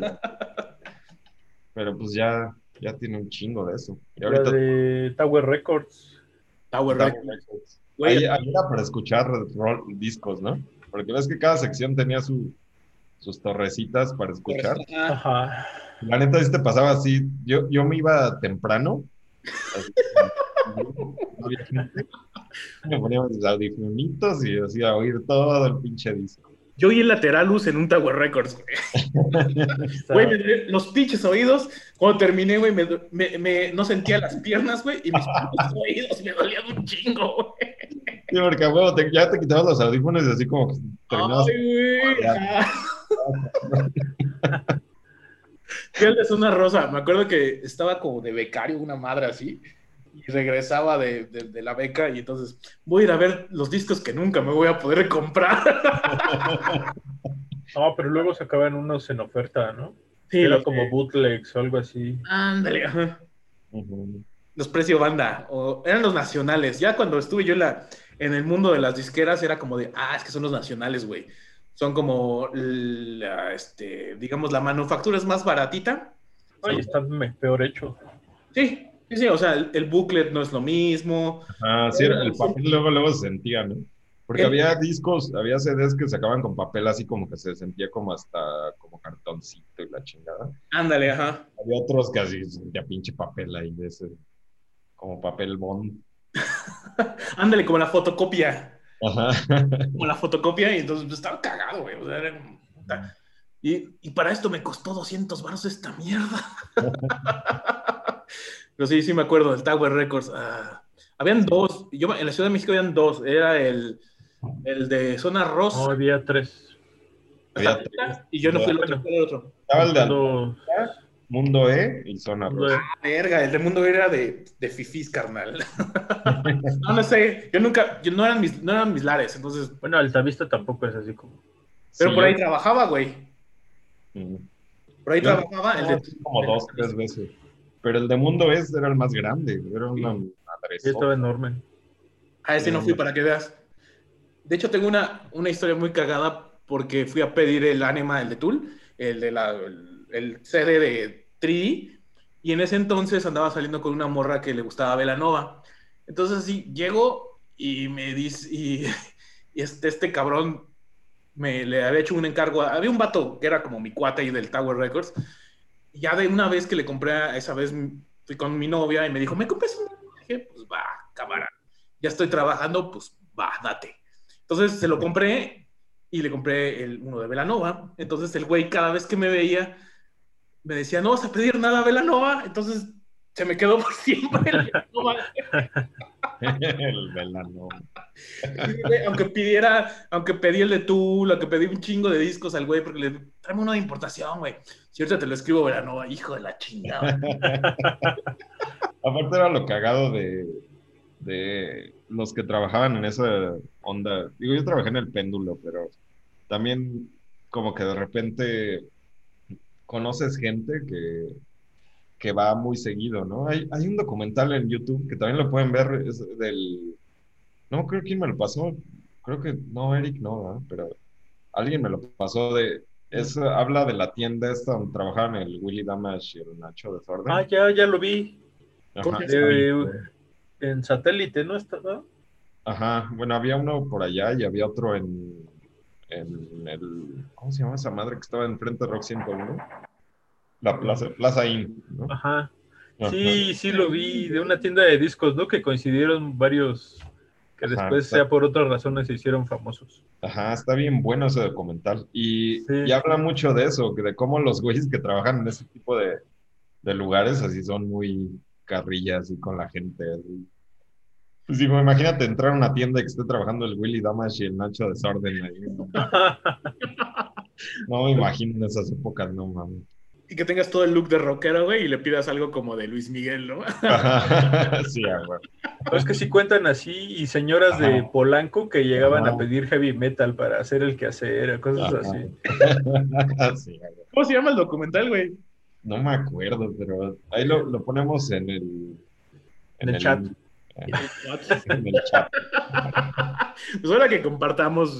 Pero pues ya tiene un chingo de eso. Y La ahorita de Tower Records. Power Tower Records. Records. Güey, Ahí era para escuchar discos, ¿no? Porque ves que cada sección tenía sus torrecitas para escuchar. Ajá. La neta, si te pasaba así, yo me iba temprano, así, no había gente, me ponía mis audifonitos y hacía oír todo el pinche disco. yo oí el Lateralus en un Tower Records, güey. Güey, Está, los pinches oídos. Cuando terminé, güey, no sentía las piernas, güey, y mis pinches oídos me dolían un chingo, güey. Sí, porque a huevo, ya te quitabas los audífonos y así como que terminabas. Ay, güey. Ajá. Piel de Zona Rosa. Me acuerdo que estaba como de becario, una madre así, y regresaba de la beca, y entonces voy a ir a ver los discos que nunca me voy a poder comprar. no, pero luego sacaban unos en oferta, ¿no? Sí, Que los era como bootlegs o algo así. ándale, ajá. Ujú. Los precio banda, o eran los nacionales. Ya cuando estuve yo en el mundo de las disqueras, era como de, es que son los nacionales, güey. Son como, digamos, la manufactura es más baratita. Ay, Son- está peor hecho. sí, sí, sí, o sea, el booklet no es lo mismo. Sí, el papel luego se sentía, ¿no? Porque El- había discos, había CDs que sacaban con papel así como que se sentía como hasta como cartoncito y la chingada. ándale, ajá. Había otros que así se sentía pinche papel ahí de ese, como papel bond. Ándale, como la fotocopia. Ajá. Como la fotocopia, y entonces pues, estaba cagado, güey. O sea, era como, puta. Y para esto me costó 200 baros esta mierda. Pero sí, sí me acuerdo del Tower Records. Habían dos. En la Ciudad de México habían dos. Era el de Zona No, Rosa. había tres. Había tres. Y yo no fui el otro. Bueno, ¿Cuál era el otro? Estaba el de contando Mundo E y Zona Rosa. Verga, el de Mundo era de fifís, carnal. No, no sé. No eran mis lares, entonces. bueno, Altavista tampoco es así como. Pero Sí, por ahí trabajaba, güey. mm, Por ahí yo trabajaba el no, de. así como dos, tres veces. Pero el de Mundo era el más grande, era una Sí, estaba madresota. enorme. A ese Era no fui una- para que veas. De hecho, tengo una historia muy cagada porque fui a pedir el Anima, el de Tool, el CD de 3D, y en ese entonces andaba saliendo con una morra que le gustaba Belanova. Entonces, sí, llego y me dice, y este cabrón le había hecho un encargo. Había un vato que era como mi cuate ahí del Tower Records. Y ya de una vez que le compré, esa vez fui con mi novia y me dijo, ¿me compras un? Dije, pues va, cámara. Ya estoy trabajando, pues va, date. Entonces se lo compré y le compré uno de Belanova. Entonces el güey cada vez que me veía me decía, no vas a pedir nada Belanova. Entonces se me quedó por siempre el Belanova. El Velano. Aunque pedí el de Tool, aunque pedí un chingo de discos al güey, porque le tráeme uno de importación, güey. Si ahorita te lo escribo Belanova, hijo de la chingada. Aparte era lo cagado de los que trabajaban en esa onda. Digo, yo trabajé en el péndulo, pero también como que de repente conoces gente que va muy seguido, ¿no? Hay un documental en YouTube que también lo pueden ver, es del... No creo quién me lo pasó, creo que no, Eric no, ¿verdad? Pero alguien me lo pasó habla de la tienda esta donde trabajaban el Willy Damage y el Nacho Ah, Desorden. ya lo vi. ¿Cómo Ajá, se está llama? bien. En satélite, ¿no? ¿Estaba? Ajá, bueno, había uno por allá y había otro ¿cómo se llama esa madre que estaba enfrente de Rock 101? La Plaza Inn, ¿no? Ajá. Ajá, Sí lo vi de una tienda de discos, ¿no? Que coincidieron varios que ajá, después, sea por otras razones, se hicieron famosos. ajá, está bien bueno ese documental. Y Sí. habla mucho de eso, de cómo los güeyes que trabajan en ese tipo de lugares así son muy carrillas y con la gente. Así. Pues digo, imagínate entrar a una tienda y que esté trabajando el Willy Damash y el Nacho Desorden ahí. No, no me imagino en esas épocas, no mames. Y que tengas todo el look de rockero, güey, y le pidas algo como de Luis Miguel, ¿no? Ajá, sí, güey. Pero es que sí cuentan así, y señoras de Ajá, Polanco que llegaban a ajá, pedir heavy metal para hacer el quehacer, cosas ajá. así. Sí, güey. ¿Cómo se llama el documental, güey? No me acuerdo, pero ahí lo ponemos en el, En en el chat. el, en el chat. Pues ahora que compartamos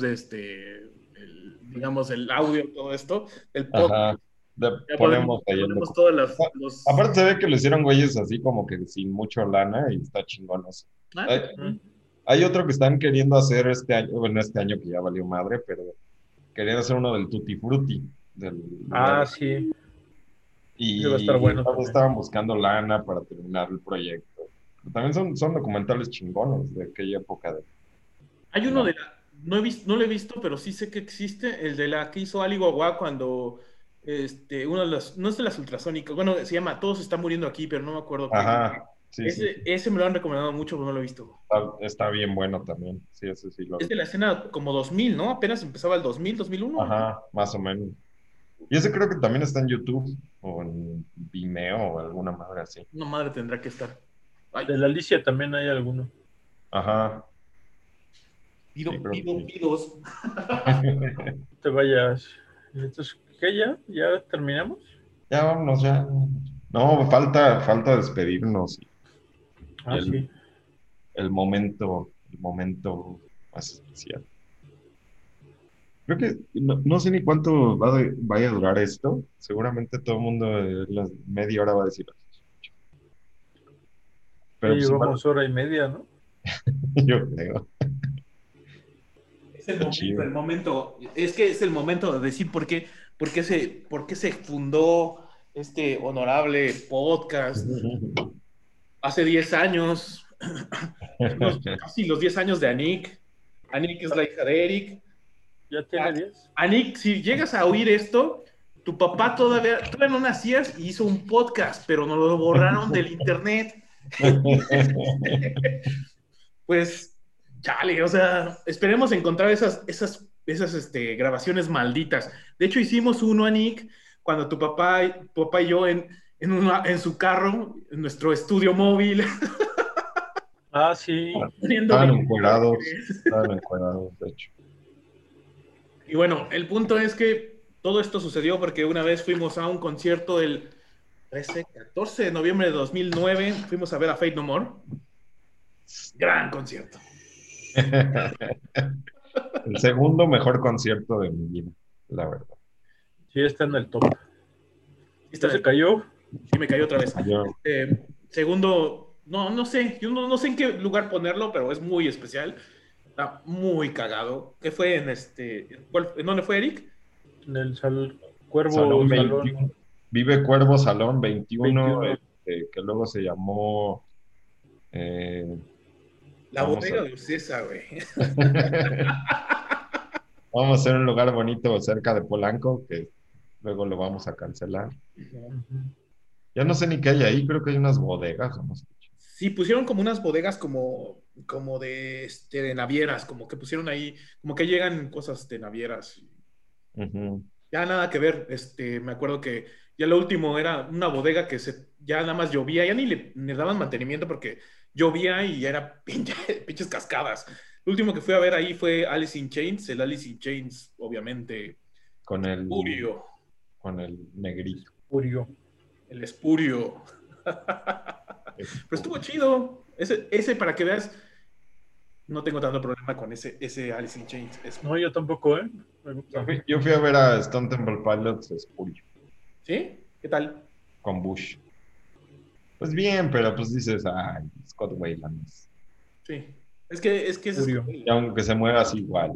digamos, el audio, todo esto, el podcast, Ajá. ya Ponemos le ahí el ponemos documento. todos los... Aparte se ve que lo hicieron güeyes así como que sin mucho lana y está chingón eso. Ah, Hay, Ujú. hay otro que están queriendo hacer este año, bueno, este año que ya valió madre, pero querían hacer uno del Tutti Frutti, del lugar. Ah, sí. Ese va a estar Y bueno todos también. estaban buscando lana para terminar el proyecto. Pero también son documentales chingones de aquella época hay de uno la... de la... No he visto, no lo he visto, pero sí sé que existe, el de la que hizo Ali Guagua cuando... uno de las, no es de las ultrasónicas, bueno, se llama Todos están muriendo aquí, pero no me acuerdo qué. Ajá, sí, sí, sí. Ese me lo han recomendado mucho, pero no lo he visto. Está bien bueno también. Sí, ese sí lo Es vi. de la escena como 2000, ¿no? Apenas empezaba el 2000, 2001. Ajá, más o menos. Y ese creo que también está en YouTube o en Vimeo o alguna madre así. Una madre tendrá que estar. Ay, De la Alicia también hay alguno. Ajá, sí, pido, creo que pido, sí. pidos. No te vayas. Entonces, ¿qué ya? ¿Ya terminamos? Ya vámonos, ya. No, falta despedirnos y Ah, sí. el momento más especial. Creo que no sé ni cuánto vaya a durar esto. Seguramente todo el mundo en la media hora va a decir, Ya pero pues igual, llevamos hora y media, ¿no? yo creo. Es Está chido. el momento, es que es el momento de decir por qué se fundó este honorable podcast hace 10 años. Casi los 10 años de Anik. Anik es la hija de Eric. ¿Ya tiene 10? Anik, si llegas a oír esto, tu papá todavía no nacías y hizo un podcast, pero nos lo borraron del internet. Pues, chale, o sea, esperemos encontrar esas grabaciones malditas. De hecho, hicimos uno, Anik, cuando tu papá y yo en su carro, en nuestro estudio móvil, Ah, sí. poniendo videos. Estaban encuerados, de hecho. Y bueno, el punto es que todo esto sucedió porque una vez fuimos a un concierto el 14 de noviembre de 2009, fuimos a ver a Fate No More. Gran concierto. El segundo mejor concierto de mi vida, la verdad. Sí, está en el top. Está ¿Ya se cayó? Sí, me cayó otra vez. Yo, Segundo, no sé, yo no sé en qué lugar ponerlo, pero es muy especial. Está muy cagado. ¿Qué fue en dónde fue Eric? En el Cuervo Salón Salón 21, Vive Cuervo Salón 21, 21. que luego se llamó, eh, La vamos a, bodega de Ocesa, güey. vamos a hacer un lugar bonito cerca de Polanco, que luego lo vamos a cancelar. Ujú. Ya no sé ni qué hay ahí, creo que hay unas bodegas, o no sé. Sí, pusieron como unas bodegas como de navieras, como que pusieron ahí, como que llegan cosas de navieras. Ujú. Ya nada que ver, me acuerdo que ya lo último era una bodega que ya nada más llovía, ya ni le daban mantenimiento porque llovía y ya era pinches cascadas. Lo último que fui a ver ahí fue Alice in Chains, el Alice in Chains, obviamente, Con el, Urio. con el negrito. Murió. El espurio. Pero estuvo chido. Ese, para que veas, no tengo tanto problema con ese Alice in Chains. No, yo tampoco, ¿eh? Me gusta. Yo fui a ver a Stone Temple Pilots Espurio ¿Sí? ¿Qué tal? con Bush. Pues bien, pero pues dices, ay, Scott Weiland. Sí. Es que ese es, Espurio. Y aunque se mueva así igual.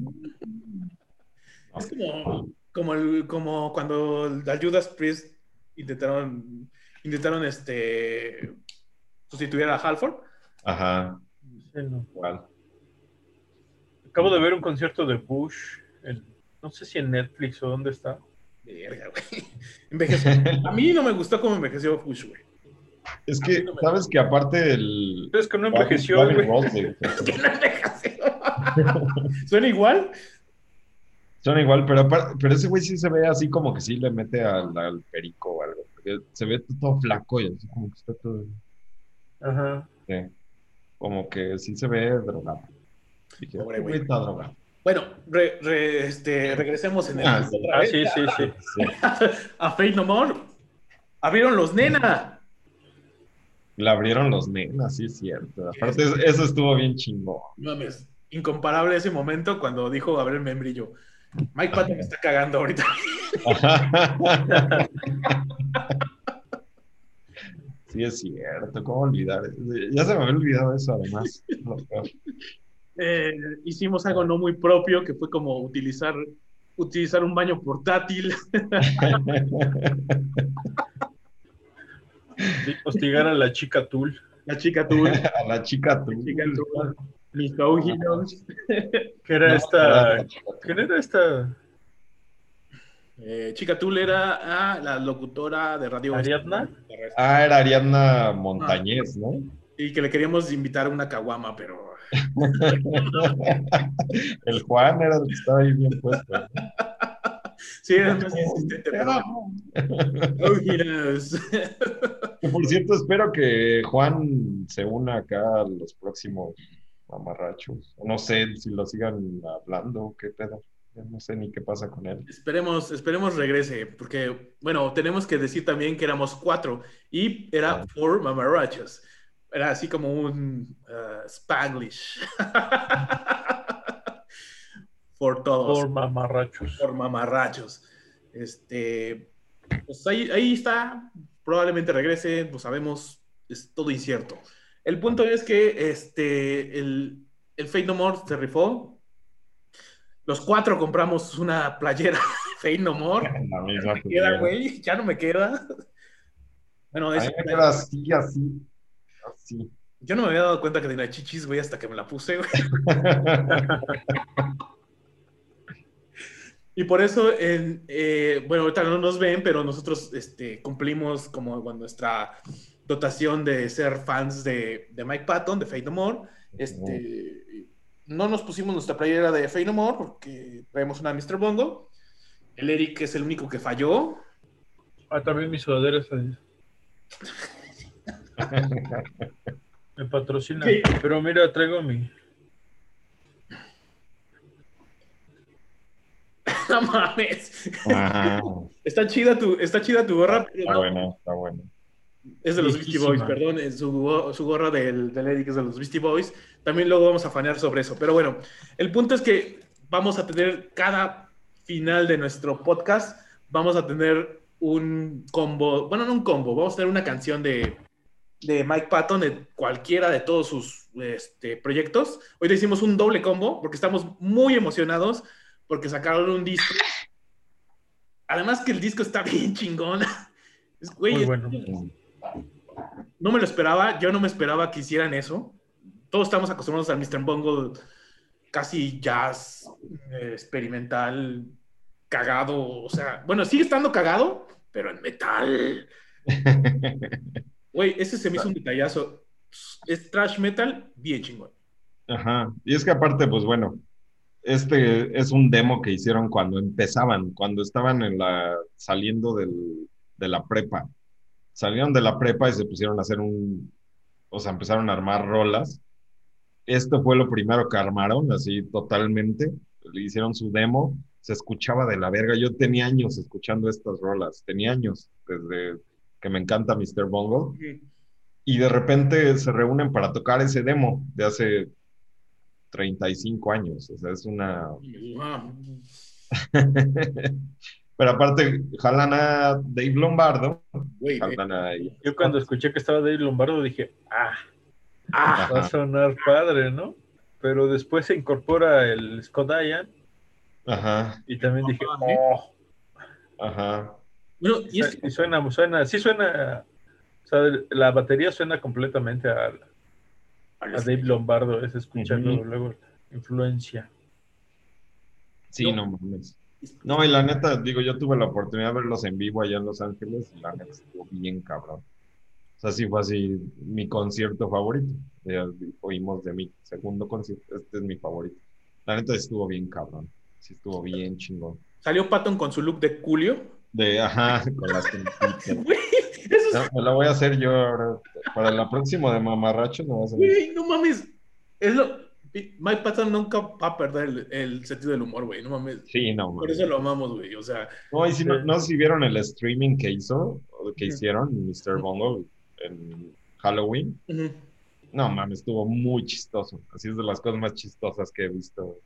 es como cuando a Judas Priest intentaron sustituir a Halford. Ajá, Sí, no. igual. Acabo de ver un concierto de Bush, no sé si en Netflix o dónde está. Verga, güey. Envejeció. A mí no me gustó cómo envejeció Bush, güey. Es A mí que, no me ¿sabes gustó. que aparte del... Es que no envejeció, güey. Es que no envejeció. ¿Suena igual? Son igual, pero ese güey sí se ve así como que sí le mete al perico o algo. Porque se ve todo flaco y así como que está todo... Ajá. sí, como que sí se ve drogado. Dije, Pobre "Este güey güey. está drogado". Bueno, regresemos en el Ah, tiempo sí. otra Ah, vez. sí, sí, sí. Sí. A Faith No More. Abrieron los Nena. Le abrieron los nenas, sí es cierto. Aparte, eso estuvo bien chingón. No mames, incomparable ese momento cuando dijo Gabriel Membrillo. Mike Patton me está cagando ahorita. Sí es cierto, ¿cómo olvidar? Ya se me había olvidado eso además. Lo peor. Hicimos algo no muy propio, que fue como utilizar un baño portátil. Hostigar a la chica Tul. La chica Tool. A la chica La tú. chica Tool. Mis Heroes. Que era No, esta. la chica tú. ¿Quién era esta? Chica Tool era la locutora de radio. ¿Ariadna? Ah, era Ariadna Montañez, ¿no? Y que le queríamos invitar a una caguama, pero. El Juan era el que estaba ahí bien puesto, ¿no? Sí, era más insistente, pero. Oh, Heroes. Que por cierto, espero que Juan se una acá a los próximos mamarrachos. No sé si lo sigan hablando, qué pedo. Ya no sé ni qué pasa con él. Esperemos regrese, porque, bueno, tenemos que decir también que éramos 4 y era Ah. 4 mamarrachos. Era así como un Spanglish. Por todos. Por mamarrachos. Por mamarrachos. Pues ahí está. Probablemente regrese, lo sabemos, es todo incierto. El punto es que el Fate No More se rifó. Los 4 compramos una playera de Fate No More. La Ya misma no me queda, playera. güey. Ya no me queda. Bueno, A mí me queda así, así, así. yo no me había dado cuenta que tenía chichis, güey, hasta que me la puse, güey. Y por eso, bueno, ahorita no nos ven, pero nosotros cumplimos como con nuestra dotación de ser fans de Mike Patton, de Fate No More. No nos pusimos nuestra playera de Fate No More porque traemos una Mr. Bongo. El Eric es el único que falló. Ah, también mi sudadera está ahí. Me patrocina. Sí. Pero mira, traigo mi. No mames. Ajá. Está chida tu gorra, pero Está no. bueno, está bueno. Es de los Beastie Boys, perdón. Su gorra del Eric es de los Beastie Boys. También luego vamos a fanear sobre eso. Pero bueno, el punto es que vamos a tener cada final de nuestro podcast, vamos a tener un combo, bueno, no un combo, vamos a tener una canción de Mike Patton, de cualquiera de todos sus proyectos. Hoy le hicimos un doble combo porque estamos muy emocionados porque sacaron un disco. Además que el disco está bien chingón. Güey, Muy bueno. No me lo esperaba, yo no me esperaba que hicieran eso. Todos estamos acostumbrados al Mr. Bungle casi jazz, experimental, cagado, o sea, bueno, sigue estando cagado, pero en metal. Güey, ese se me hizo un detallazo. Es thrash metal, bien chingón. Ajá. Y es que aparte, pues bueno, este es un demo que hicieron cuando empezaban, cuando estaban saliendo de la prepa. Salieron de la prepa y se pusieron a hacer o sea, empezaron a armar rolas. Esto fue lo primero que armaron, así totalmente. Le hicieron su demo, se escuchaba de la verga. Yo tenía años escuchando estas rolas, tenía años, desde que me encanta Mr. Bungle, Ujú. y de repente se reúnen para tocar ese demo de hace 35 años. O sea, es una... Ah, Pero aparte, jalan a Dave Lombardo, güey, jalan a... Yo cuando escuché que estaba Dave Lombardo dije, ah, va a Ajá, sonar padre, ¿no? Pero después se incorpora el Scott Ian ajá, y también dije, ¿eh? ajá. Bueno, y es que, y sí suena, o sea, la batería suena completamente a Dave Lombardo, es escucharlo Ujú. luego, influencia. Sí, no, no mames. es- No, y la neta, digo, yo tuve la oportunidad de verlos en vivo allá en Los Ángeles y la neta estuvo bien cabrón. O sea, sí fue así mi concierto favorito. Ya oímos de mi segundo concierto, este es mi favorito. La neta estuvo bien cabrón. Sí estuvo bien chingón. salió Patton con su look de Julio. De, ajá, con las trencitas. Güey, eso No, es, me la voy a hacer yo ahora. Para la próxima de Mamarracho, me voy a hacer eso. güey, no mames. Es lo, Mike Patton nunca va a perder el sentido del humor, güey, no mames. Sí, no Por eso mames. lo amamos, güey, o sea. No, y si no, no sé si vieron el streaming que hizo, o que Ujú, hicieron Mr. Bungle en Halloween. ujú. No mames, estuvo muy chistoso. Así es de las cosas más chistosas que he visto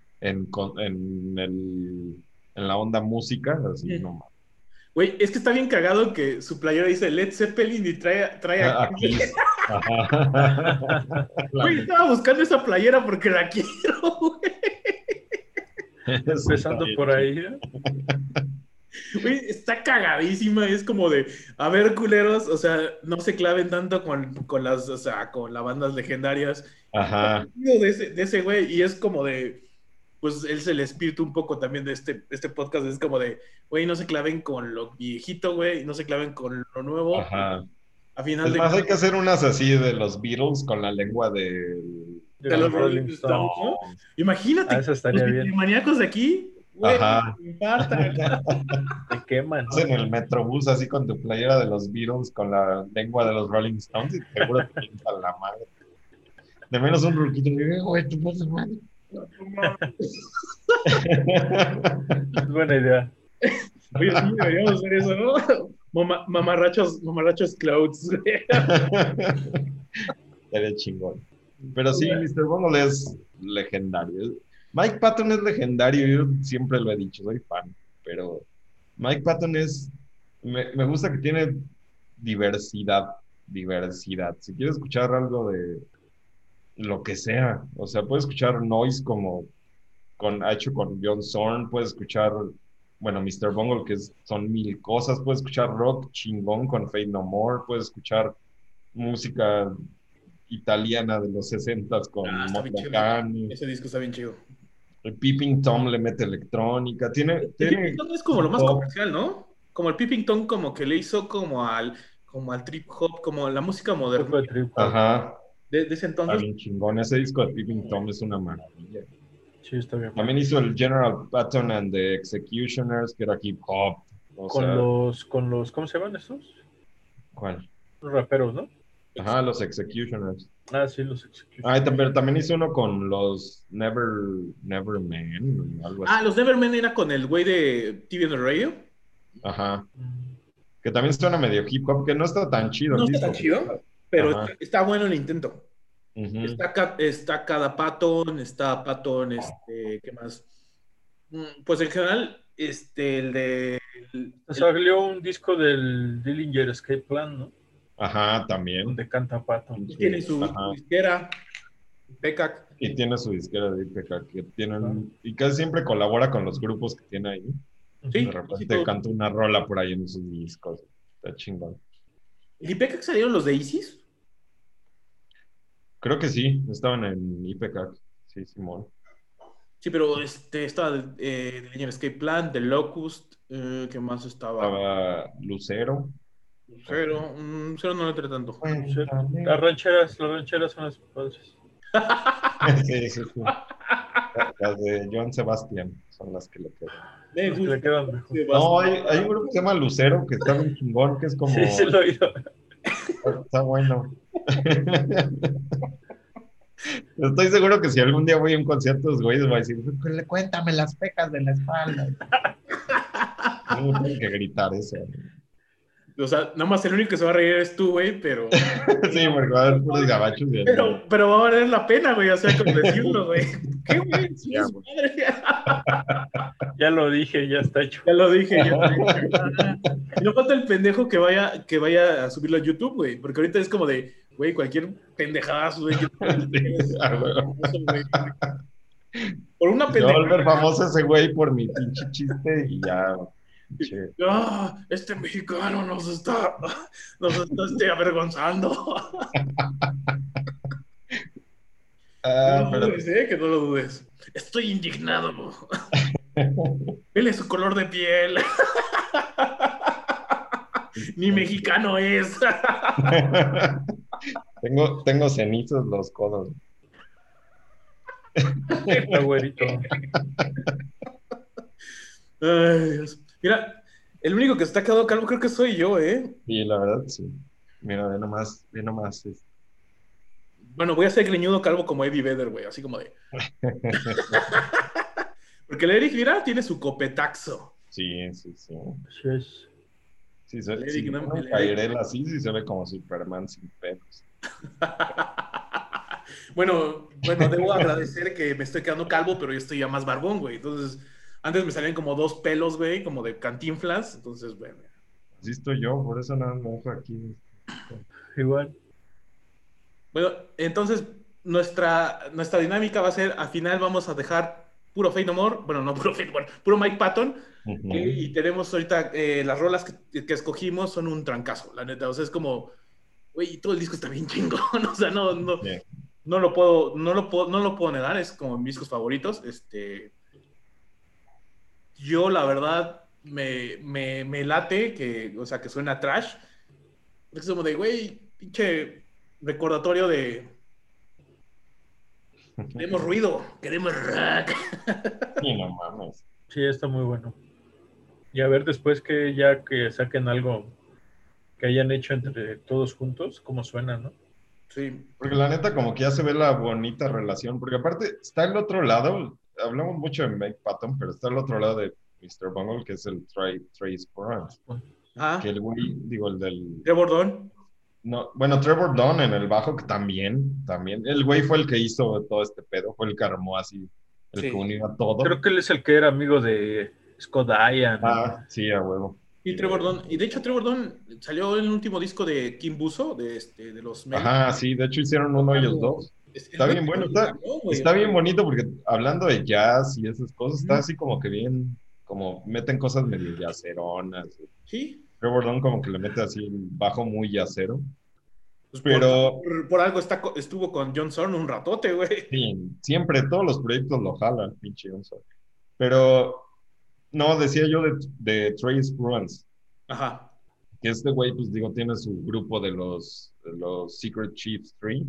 en la onda música. Así, no mames. Güey, es que está bien cagado que su playera dice Led Zeppelin y trae a A Kiss. Kiss. Ajá. La Güey, neta, estaba buscando esa playera porque la quiero, güey. sí está Empezando bien por chido. ahí, ¿no? Güey, está cagadísima. Es como de, a ver, culeros, o sea, no se claven tanto con las, o sea, con las bandas legendarias. Ajá. De ese güey, y es como de, pues él es el espíritu un poco también de este podcast. Es como de, güey, no se claven con lo viejito, güey, no se claven con lo nuevo. Ajá. A final Es de más, hay cuentas, que hacer unas así de los Beatles con la lengua de De de los los Rolling Rolling Rolling Stones, Stones. ¿no? Stones. Imagínate, Eso los estaría bien. maníacos de aquí, güey, Ajá. me infartan. Te queman. Vas en el Metrobús así con tu playera de los Beatles con la lengua de los Rolling Stones y seguro te pintan la madre. De menos un ruquito y digo, güey, tu puta madre. Es buena idea. Oye, sí, deberíamos hacer eso, ¿no? Mamarrachos clouds. Sería chingón. Pero sí, Mr. Bungle es legendario. Mike Patton es legendario, yo siempre lo he dicho, soy fan, pero Mike Patton me gusta que tiene diversidad. Si quieres escuchar algo de lo que sea, o sea, puedes escuchar noise como ha hecho con John Zorn, puedes escuchar, bueno, Mr. Bungle, son mil cosas, puedes escuchar rock chingón con Faith No More, puedes escuchar música italiana de los 60 Ah, con está bien chido. Mondlane, Ese disco está bien chido. el Peeping Tom le mete electrónica, El Peeping tiene Tom es como lo hip más hop, comercial, ¿no? Como el Peeping Tom como que le hizo como al trip hop, como la música Un moderna poco de trip hop. ajá, de ese está entonces. bien chingón, ese disco de Peeping Tom es una maravilla. Sí, está bien. También hizo el General Patton and the Executioners, que era hip hop, o Con sea, los, ¿cómo se llaman estos? ¿cuál? Los raperos, ¿no? Ajá, los Executioners. Ah, sí, los Ah, y Execution. también hizo uno con los Neverman, algo Ah, así. los Nevermen era con el güey de TV on the Radio. Ajá. Que también suena medio hip hop, que no está tan chido No el está tan disco. chido, pero Ajá. está bueno el intento. Ujú. Está cada Patton, está Patton, ¿qué más? Pues en general, Salió un disco del Dillinger Escape Plan, ¿no? Ajá, también. Donde canta Patton. él tiene su Ajá. disquera, Pecac. Y tiene su disquera de IPK, que Claro. tienen, y casi siempre colabora con los grupos que tiene ahí. De Sí, sí, repente todo. canta una rola por ahí en sus discos. Está chingón. ¿Y Pecac salieron los de Isis? Creo que sí, estaban en IPK. Sí, Simón. Sí, pero estaba de Linear Escape Plan, de Locust, ¿qué más estaba? Estaba Lucero. Cero, Cero no lo entré tanto. Cuéntame. Las rancheras son las padres. Sí, sí, sí. Las de Joan Sebastián son las que le quedan. Me Las que le gusta. quedan mejor. Sí, No, hay un grupo que se llama Lucero, que está bien chingón, que es Sí, sí como... lo he oído. Está bueno. Estoy seguro que si algún día voy a un concierto, los güeyes van a decir, cuéntame las pecas de la espalda. No tienen que gritar eso. O sea, nada más el único que se va a reír es tú, güey, pero... Sí, porque va a haber puros gabachos. Pero va a valer la pena, güey, o sea, como decirlo, güey. ¿Qué, güey? Sí, Es madre. Ya lo dije, ya está hecho. Ya lo dije, ya lo dije. Y no falta el pendejo que vaya a subirlo a YouTube, güey, porque ahorita es como de, güey, cualquier pendejada sube en YouTube. Sí, Güey. Por una se va a pendejada. volver famoso ese güey por mi pinche chiste y ya. Che. Este mexicano nos está avergonzando. Que no lo Pero dudes, que no lo dudes. Estoy indignado. Vele su color de piel. Ni mexicano es. tengo cenizos los codos. Está güerito. Ay, Dios. Mira, el único que está quedado calvo creo que soy yo, ¿eh? Y la verdad, sí. Mira, ve nomás. Bueno, voy a ser greñudo calvo como Eddie Vedder, güey, así como de... Porque el Eric, mira, tiene su copetaxo. Sí. Así es. Sí, El sí, Eric, ¿no? un El Eric. Cairel así sí se ve como Superman sin pelos. Bueno, debo agradecer que me estoy quedando calvo, pero yo estoy ya más barbón, güey. Entonces, antes me salían como 2 pelos, güey, como de Cantinflas. Entonces, bueno. Así estoy yo, por eso nada me dejo aquí. Igual. Bueno, entonces, nuestra dinámica va a ser, al final vamos a dejar puro Faith No More. Bueno, no puro Faith No More, puro Mike Patton. Ujú. Y tenemos ahorita, las rolas que escogimos son un trancazo, la neta. O sea, es como, güey, todo el disco está bien chingón. O sea, Bien. no lo puedo negar, es como mis discos favoritos. Yo, la verdad, me late que, o sea, que suena trash. Es como de, güey, pinche recordatorio de queremos ruido, queremos rock. Y no mames. Sí, está muy bueno. Y a ver después que ya que saquen algo que hayan hecho entre todos juntos, cómo suena, ¿no? Sí. Porque la neta, como que ya se ve la bonita relación. Porque aparte, está el otro lado. Hablamos mucho de Mike Patton, pero está el otro lado de Mr. Bungle, que es el Trace Burns. Que el güey, digo, el del. Trevor Dunn. No, bueno, Trevor Dunn en el bajo, que también. El güey fue el que hizo todo este pedo, fue el que armó así, el Sí. que unió a todo. Creo que él es el que era amigo de Scott Ian. Ah, sí, a huevo. Y Trevor Dunn. Y de hecho, Trevor Dunn salió en el último disco de Kim Buso, de los Melody. Ajá, sí, de hecho hicieron uno ellos dos. Está bien bueno, está bien bonito porque hablando de jazz y esas cosas, está así como que bien, como meten cosas medio jazzeronas. Sí. Trevor Dunn como que le mete así el bajo muy jazzero. Pues Pero por algo estuvo con John Zorn un ratote, güey. sí, siempre todos los proyectos lo jalan, pinche Johnson. Pero no, decía yo de Trace Bruns, Ajá. que este güey, pues digo, tiene su grupo de los Secret Chiefs 3,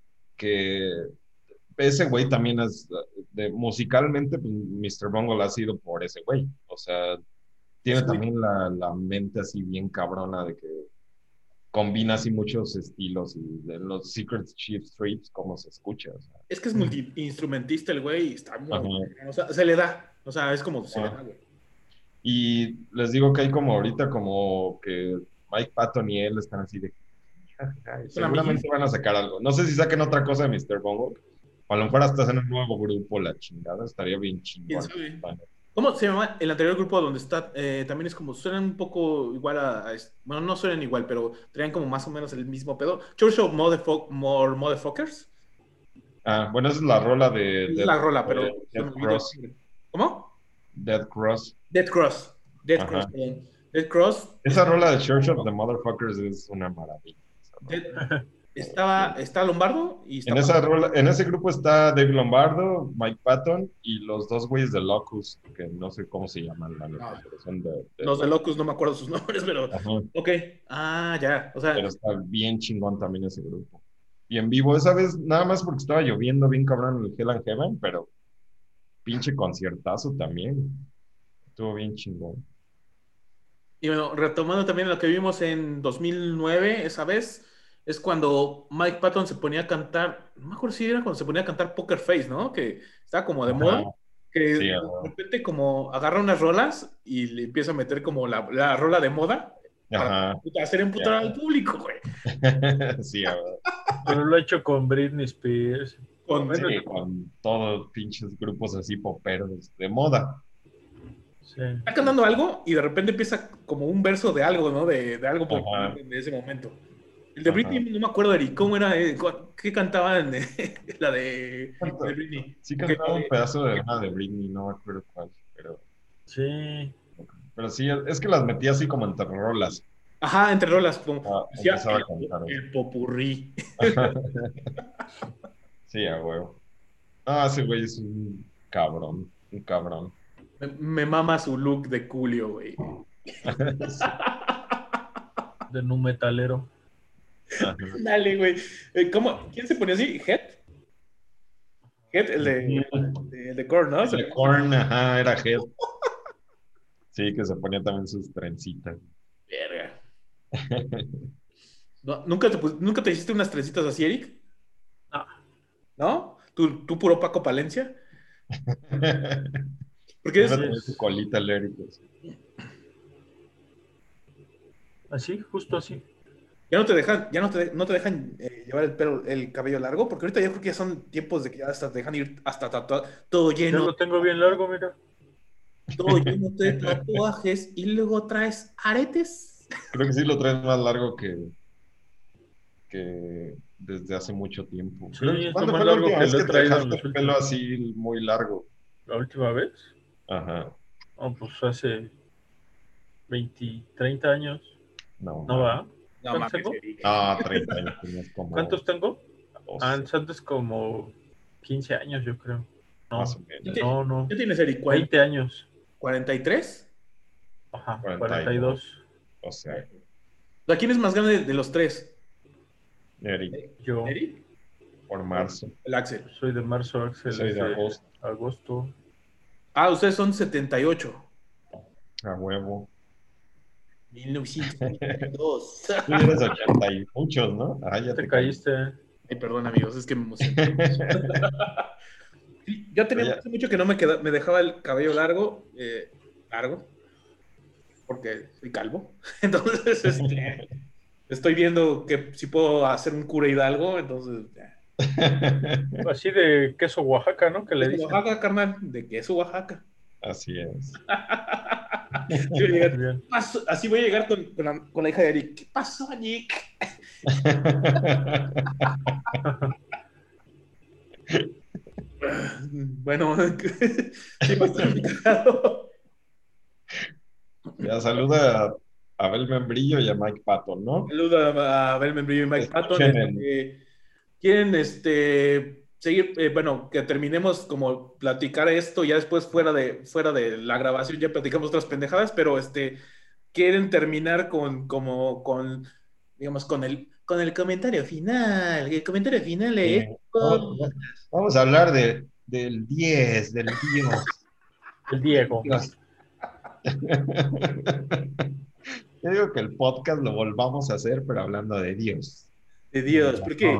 que ese güey también es, musicalmente, pues Mr. Bungle ha sido por ese güey. O sea, tiene Sí. también la mente así bien cabrona de que combina así muchos estilos y de los Secret Chiefs 3, como se escucha. O sea. Es que es multiinstrumentista el güey y está muy... Ajá. O sea, se le da. O sea, es como se le da, güey. Y les digo que hay como ahorita como que Mike Patton y él están así de... Seguramente van a sacar algo. No sé si saquen otra cosa de Mr. Bungle. O a lo mejor hasta hacen un nuevo grupo, la chingada. Estaría bien ¿Quién chingón. sabe? ¿Cómo se llama el anterior grupo donde está? También es como, suenan un poco igual bueno, no suenan igual, pero traían como más o menos el mismo pedo. Church of More Motherfuckers. Ah, bueno, esa es la rola de Es la rola, pero... Dead Cross. ¿Cómo? Dead Cross. Dead Cross. Dead Cross, Ajá. perdón. Dead Cross. Esa rola de Church of the Motherfuckers es una maravilla. Está Lombardo y está... En ese grupo está Dave Lombardo, Mike Patton y los dos güeyes de Locust, que no sé cómo se llaman, la neta, pero son Los de Locust no me acuerdo sus nombres, pero... Ajá. Ok. Ah, ya. O sea... Pero está bien chingón también ese grupo. Y en vivo, esa vez, nada más porque estaba lloviendo bien cabrón en el Hell and Heaven, pero pinche conciertazo también. Estuvo bien chingón. Y bueno, retomando también lo que vimos en 2009, esa vez, es cuando Mike Patton se ponía a cantar, no me acuerdo si era cuando se ponía a cantar Poker Face, ¿no? Que estaba como de moda, que Sí, de repente como agarra unas rolas y le empieza a meter como la rola de moda Ajá. hacer emputar al público, güey. Sí, a ver. Pero lo he hecho con Britney Spears. Con, Bueno, Sí, con todos pinches grupos así poperos de moda. sí. está cantando algo y de repente empieza como un verso de algo, ¿no? De algo popular Ajá. en ese momento. El de Ajá. Britney, no me acuerdo, Eric, ¿cómo era? ¿Qué cantaban? La de Britney. Sí Que cantaba un pedazo de una de Britney, no me acuerdo cuál, Sí. pero sí, es que las metía así como entre rolas. Ajá, entre rolas, como decía Empezaba a cantar. el popurrí. Sí, a huevo. Ah, ese güey es un cabrón. Me mama su look de Julio, güey. Sí. De nu metalero. Ajá. Dale, güey. ¿Quién se ponía así? ¿Head? ¿Head? El de Korn, ¿no? El de Korn, ajá, era Head. Sí, que se ponía también sus trencitas. Verga. No, ¿nunca te hiciste unas trencitas así, Eric? Ah, ¿No? ¿Tú puro Paco Palencia? Porque Iba es, a tener su colita alérgica. así, justo así. ya no te dejan llevar el cabello largo, porque ahorita yo creo que ya son tiempos de que ya hasta te dejan ir hasta todo Ya lleno, lo tengo bien largo, mira. todo lleno de tatuajes y luego traes aretes. Creo que sí lo traes más largo que desde hace mucho tiempo. Sí, está ¿Cuándo más fue la largo última que vez lo he que te traído en dejaste los el pelo últimos. así muy largo? ¿La última vez? Ajá. Oh, pues hace 20, 30 años. No, ¿No mames. va? No ¿Cuántos mames, tengo? Eric. No, 30 años tenías como ¿Cuántos tengo? 12, Antes como 15 años, yo creo. más No, o ¿Qué, menos. te- no. qué tienes, Eric? 20 años. ¿43? Ajá, 42. 42. O sea, ¿Quién es más grande de los tres? Eric, Yo ¿Eric? por marzo. El Axel. soy de marzo, Yo Axel soy es de de agosto, agosto. Ustedes son 78. a huevo. 1982. Tú ya eres 80 y muchos, ¿no? Ah, ya Te te caí. caíste. Ay, perdón, amigos, es que me emocioné. Sí, yo tenía Ya. hace mucho que no me dejaba el cabello largo, porque soy calvo. Entonces, estoy viendo que si puedo hacer un cura Hidalgo, entonces, Así de queso Oaxaca, ¿no? Que le queso dicen. Oaxaca, carnal, de queso Oaxaca. Así es. Sí, voy a llegar, Muy bien. así voy a llegar con la hija de Eric. ¿Qué pasó, Nick? Bueno, sí, va a estar muy cagado. Ya saluda a Abel Membrillo y a Mike Patton, ¿no? Saludos a Abel Membrillo y Mike Patton. Escuchen en... Quieren seguir, bueno, que terminemos como platicar esto, ya después fuera de la grabación ya platicamos otras pendejadas, pero quieren terminar digamos, con el comentario final. El comentario final es. Vamos a hablar del 10, del Dios. El Diego. Dios. Yo digo que el podcast lo volvamos a hacer, pero hablando de Dios. De Dios, porque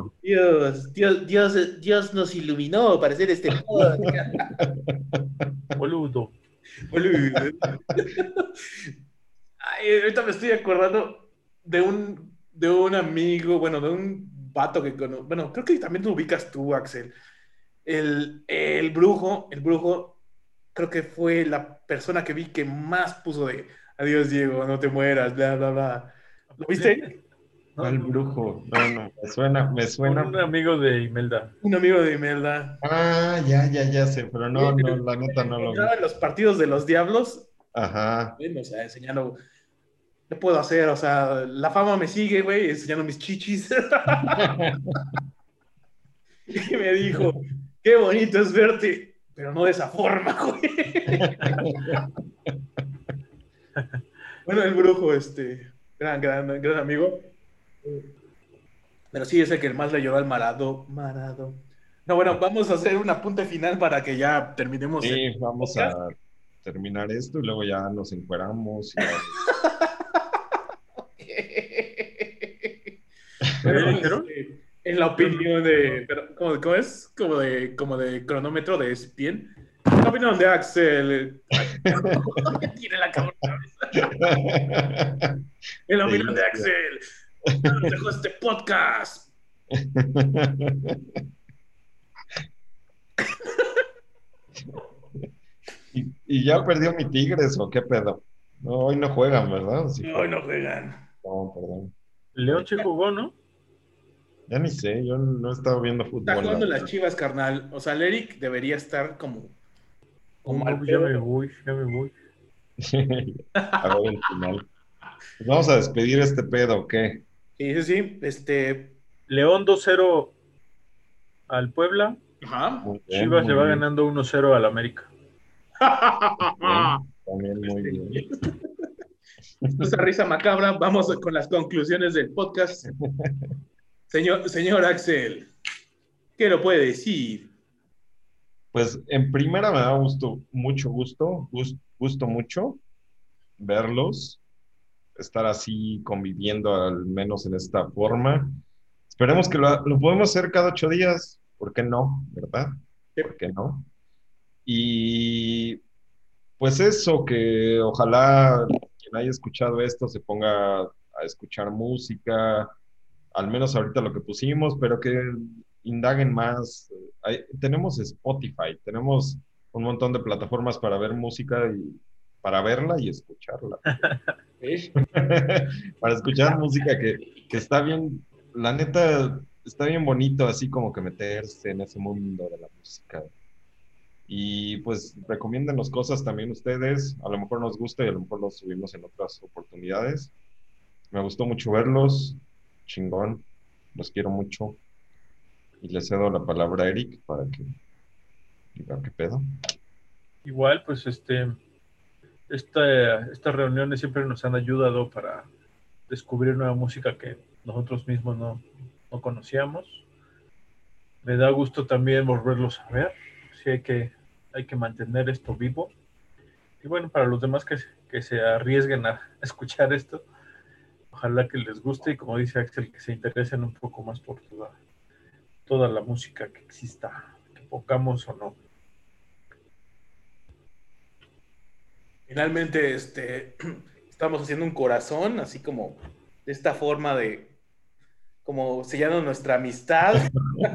Dios nos iluminó para hacer este podcast. Boludo. Boludo. Ay, ahorita me estoy acordando de un amigo, bueno, de un vato bueno, creo que también lo ubicas tú, Axel. El brujo, creo que fue la persona que vi que más puso de adiós, Diego, no te mueras, bla, bla, bla. ¿Lo viste? ¿Cuál brujo? No, me suena. Un amigo de Imelda. Un amigo de Imelda. Ah, ya sé, pero no, la neta no lo vi. Encontraba en los partidos de los Diablos, Ajá. bueno, o sea, enseñando, ¿qué puedo hacer? O sea, la fama me sigue, güey, enseñando mis chichis. Y me dijo, qué bonito es verte, pero no de esa forma, güey. Bueno, el brujo, gran amigo. Pero sí, es el que más le lloró al Marado. No, bueno, vamos a hacer un apunte final para que ya terminemos el Sí, vamos podcast. a terminar esto y luego ya nos encueramos. Bueno, ¿Qué dijeron? en la opinión ¿cómo es? Como de cronómetro de ESPN. La opinión de Axel. Tiene la cabrona. En la opinión Sí, de Axel, nos dejó este podcast. y ya perdió mi Tigres, ¿o qué pedo? No, hoy no juegan, ¿verdad? Sí Hoy juegan. no juegan. No, perdón. León sí jugó, ¿no? Ya ni sé, yo no he estado viendo Está fútbol, la jugando las verdad. Chivas, carnal. O sea, el Eric debería estar Oh, como al no, pues ya pedo. me voy, ya me voy. A ver el final. Pues vamos a despedir este pedo, ¿o qué? Sí, sí, sí. León 2-0 al Puebla. Ajá. Muy bien, Chivas le muy va bien. ganando 1-0 al América. Bien, también muy bien. Esa risa macabra. Vamos con las conclusiones del podcast. Señor Axel, ¿qué lo puede decir? Pues en primera me da gusto mucho verlos, estar así conviviendo al menos en esta forma. Esperemos que lo podemos hacer cada 8 días, ¿por qué no? ¿Verdad? ¿Por qué no? Y pues eso, que ojalá quien haya escuchado esto se ponga a escuchar música, al menos ahorita lo que pusimos, pero que indaguen más. Tenemos Spotify, tenemos un montón de plataformas para ver música y para verla y escucharla. ¿Sí? Para escuchar música que está bien, la neta, está bien bonito así como que meterse en ese mundo de la música. Y pues recomiéndenos cosas también ustedes, a lo mejor nos gusta y a lo mejor los subimos en otras oportunidades. Me gustó mucho verlos, chingón, los quiero mucho y le cedo la palabra a Eric para que diga qué pedo. Igual, pues estas reuniones siempre nos han ayudado para descubrir nueva música que nosotros mismos no conocíamos. Me da gusto también volverlos a ver. Sí, hay que mantener esto vivo. Y bueno, para los demás que se arriesguen a escuchar esto, ojalá que les guste y como dice Axel, que se interesen un poco más por toda la música que exista, que pongamos o no. Finalmente, estamos haciendo un corazón, así como de esta forma como sellando nuestra amistad.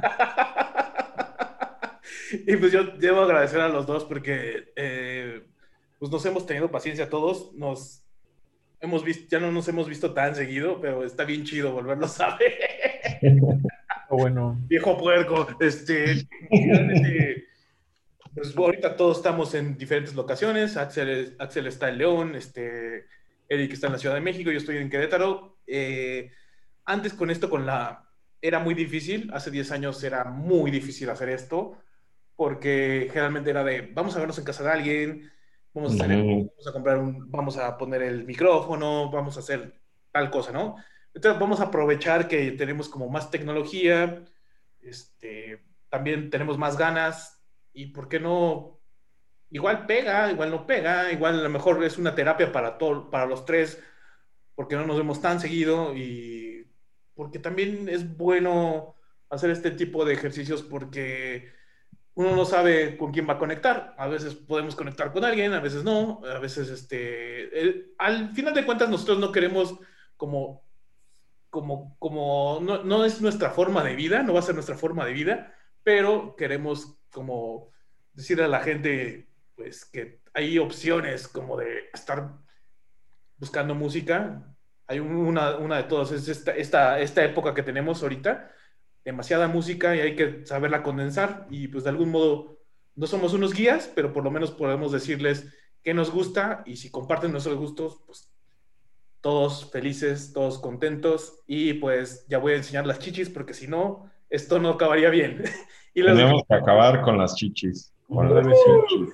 Y pues yo debo agradecer a los dos porque pues nos hemos tenido paciencia todos, nos hemos visto, ya no nos hemos visto tan seguido, pero está bien chido volverlos a ver. Bueno, Viejo puerco, finalmente, pues ahorita todos estamos en diferentes locaciones. Axel está en León, Eric está en la Ciudad de México, yo estoy en Querétaro. Antes con esto, era muy difícil, hace 10 años era muy difícil hacer esto, porque generalmente era de, vamos a vernos en casa de alguien, Ujú. vamos a comprar vamos a poner el micrófono, vamos a hacer tal cosa, ¿no? Entonces vamos a aprovechar que tenemos como más tecnología, también tenemos más ganas, y ¿por qué no? Igual pega, igual no pega, igual a lo mejor es una terapia para los tres, porque no nos vemos tan seguido y porque también es bueno hacer este tipo de ejercicios porque uno no sabe con quién va a conectar. A veces podemos conectar con alguien, a veces no, a veces al final de cuentas nosotros no queremos como no es nuestra forma de vida, no va a ser nuestra forma de vida, pero queremos como decirle a la gente pues que hay opciones como de estar buscando música. Hay una de todas, es esta época que tenemos ahorita, demasiada música y hay que saberla condensar y pues de algún modo no somos unos guías, pero por lo menos podemos decirles qué nos gusta y si comparten nuestros gustos, pues todos felices, todos contentos y pues ya voy a enseñar las chichis porque si no, esto no acabaría bien. Y los... Tenemos que acabar con las chichis, como con las debe ser. chichis.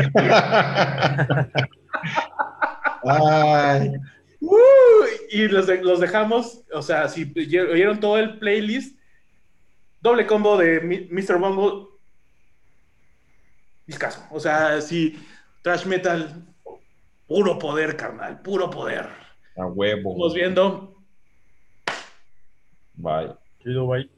Ay, y los dejamos, o sea, si oyeron todo el playlist, doble combo de Mr. Bungle, discaso. O sea, sí, trash metal, puro poder, carnal, puro poder. a huevo. Estamos viendo. Bye. Chido, bye.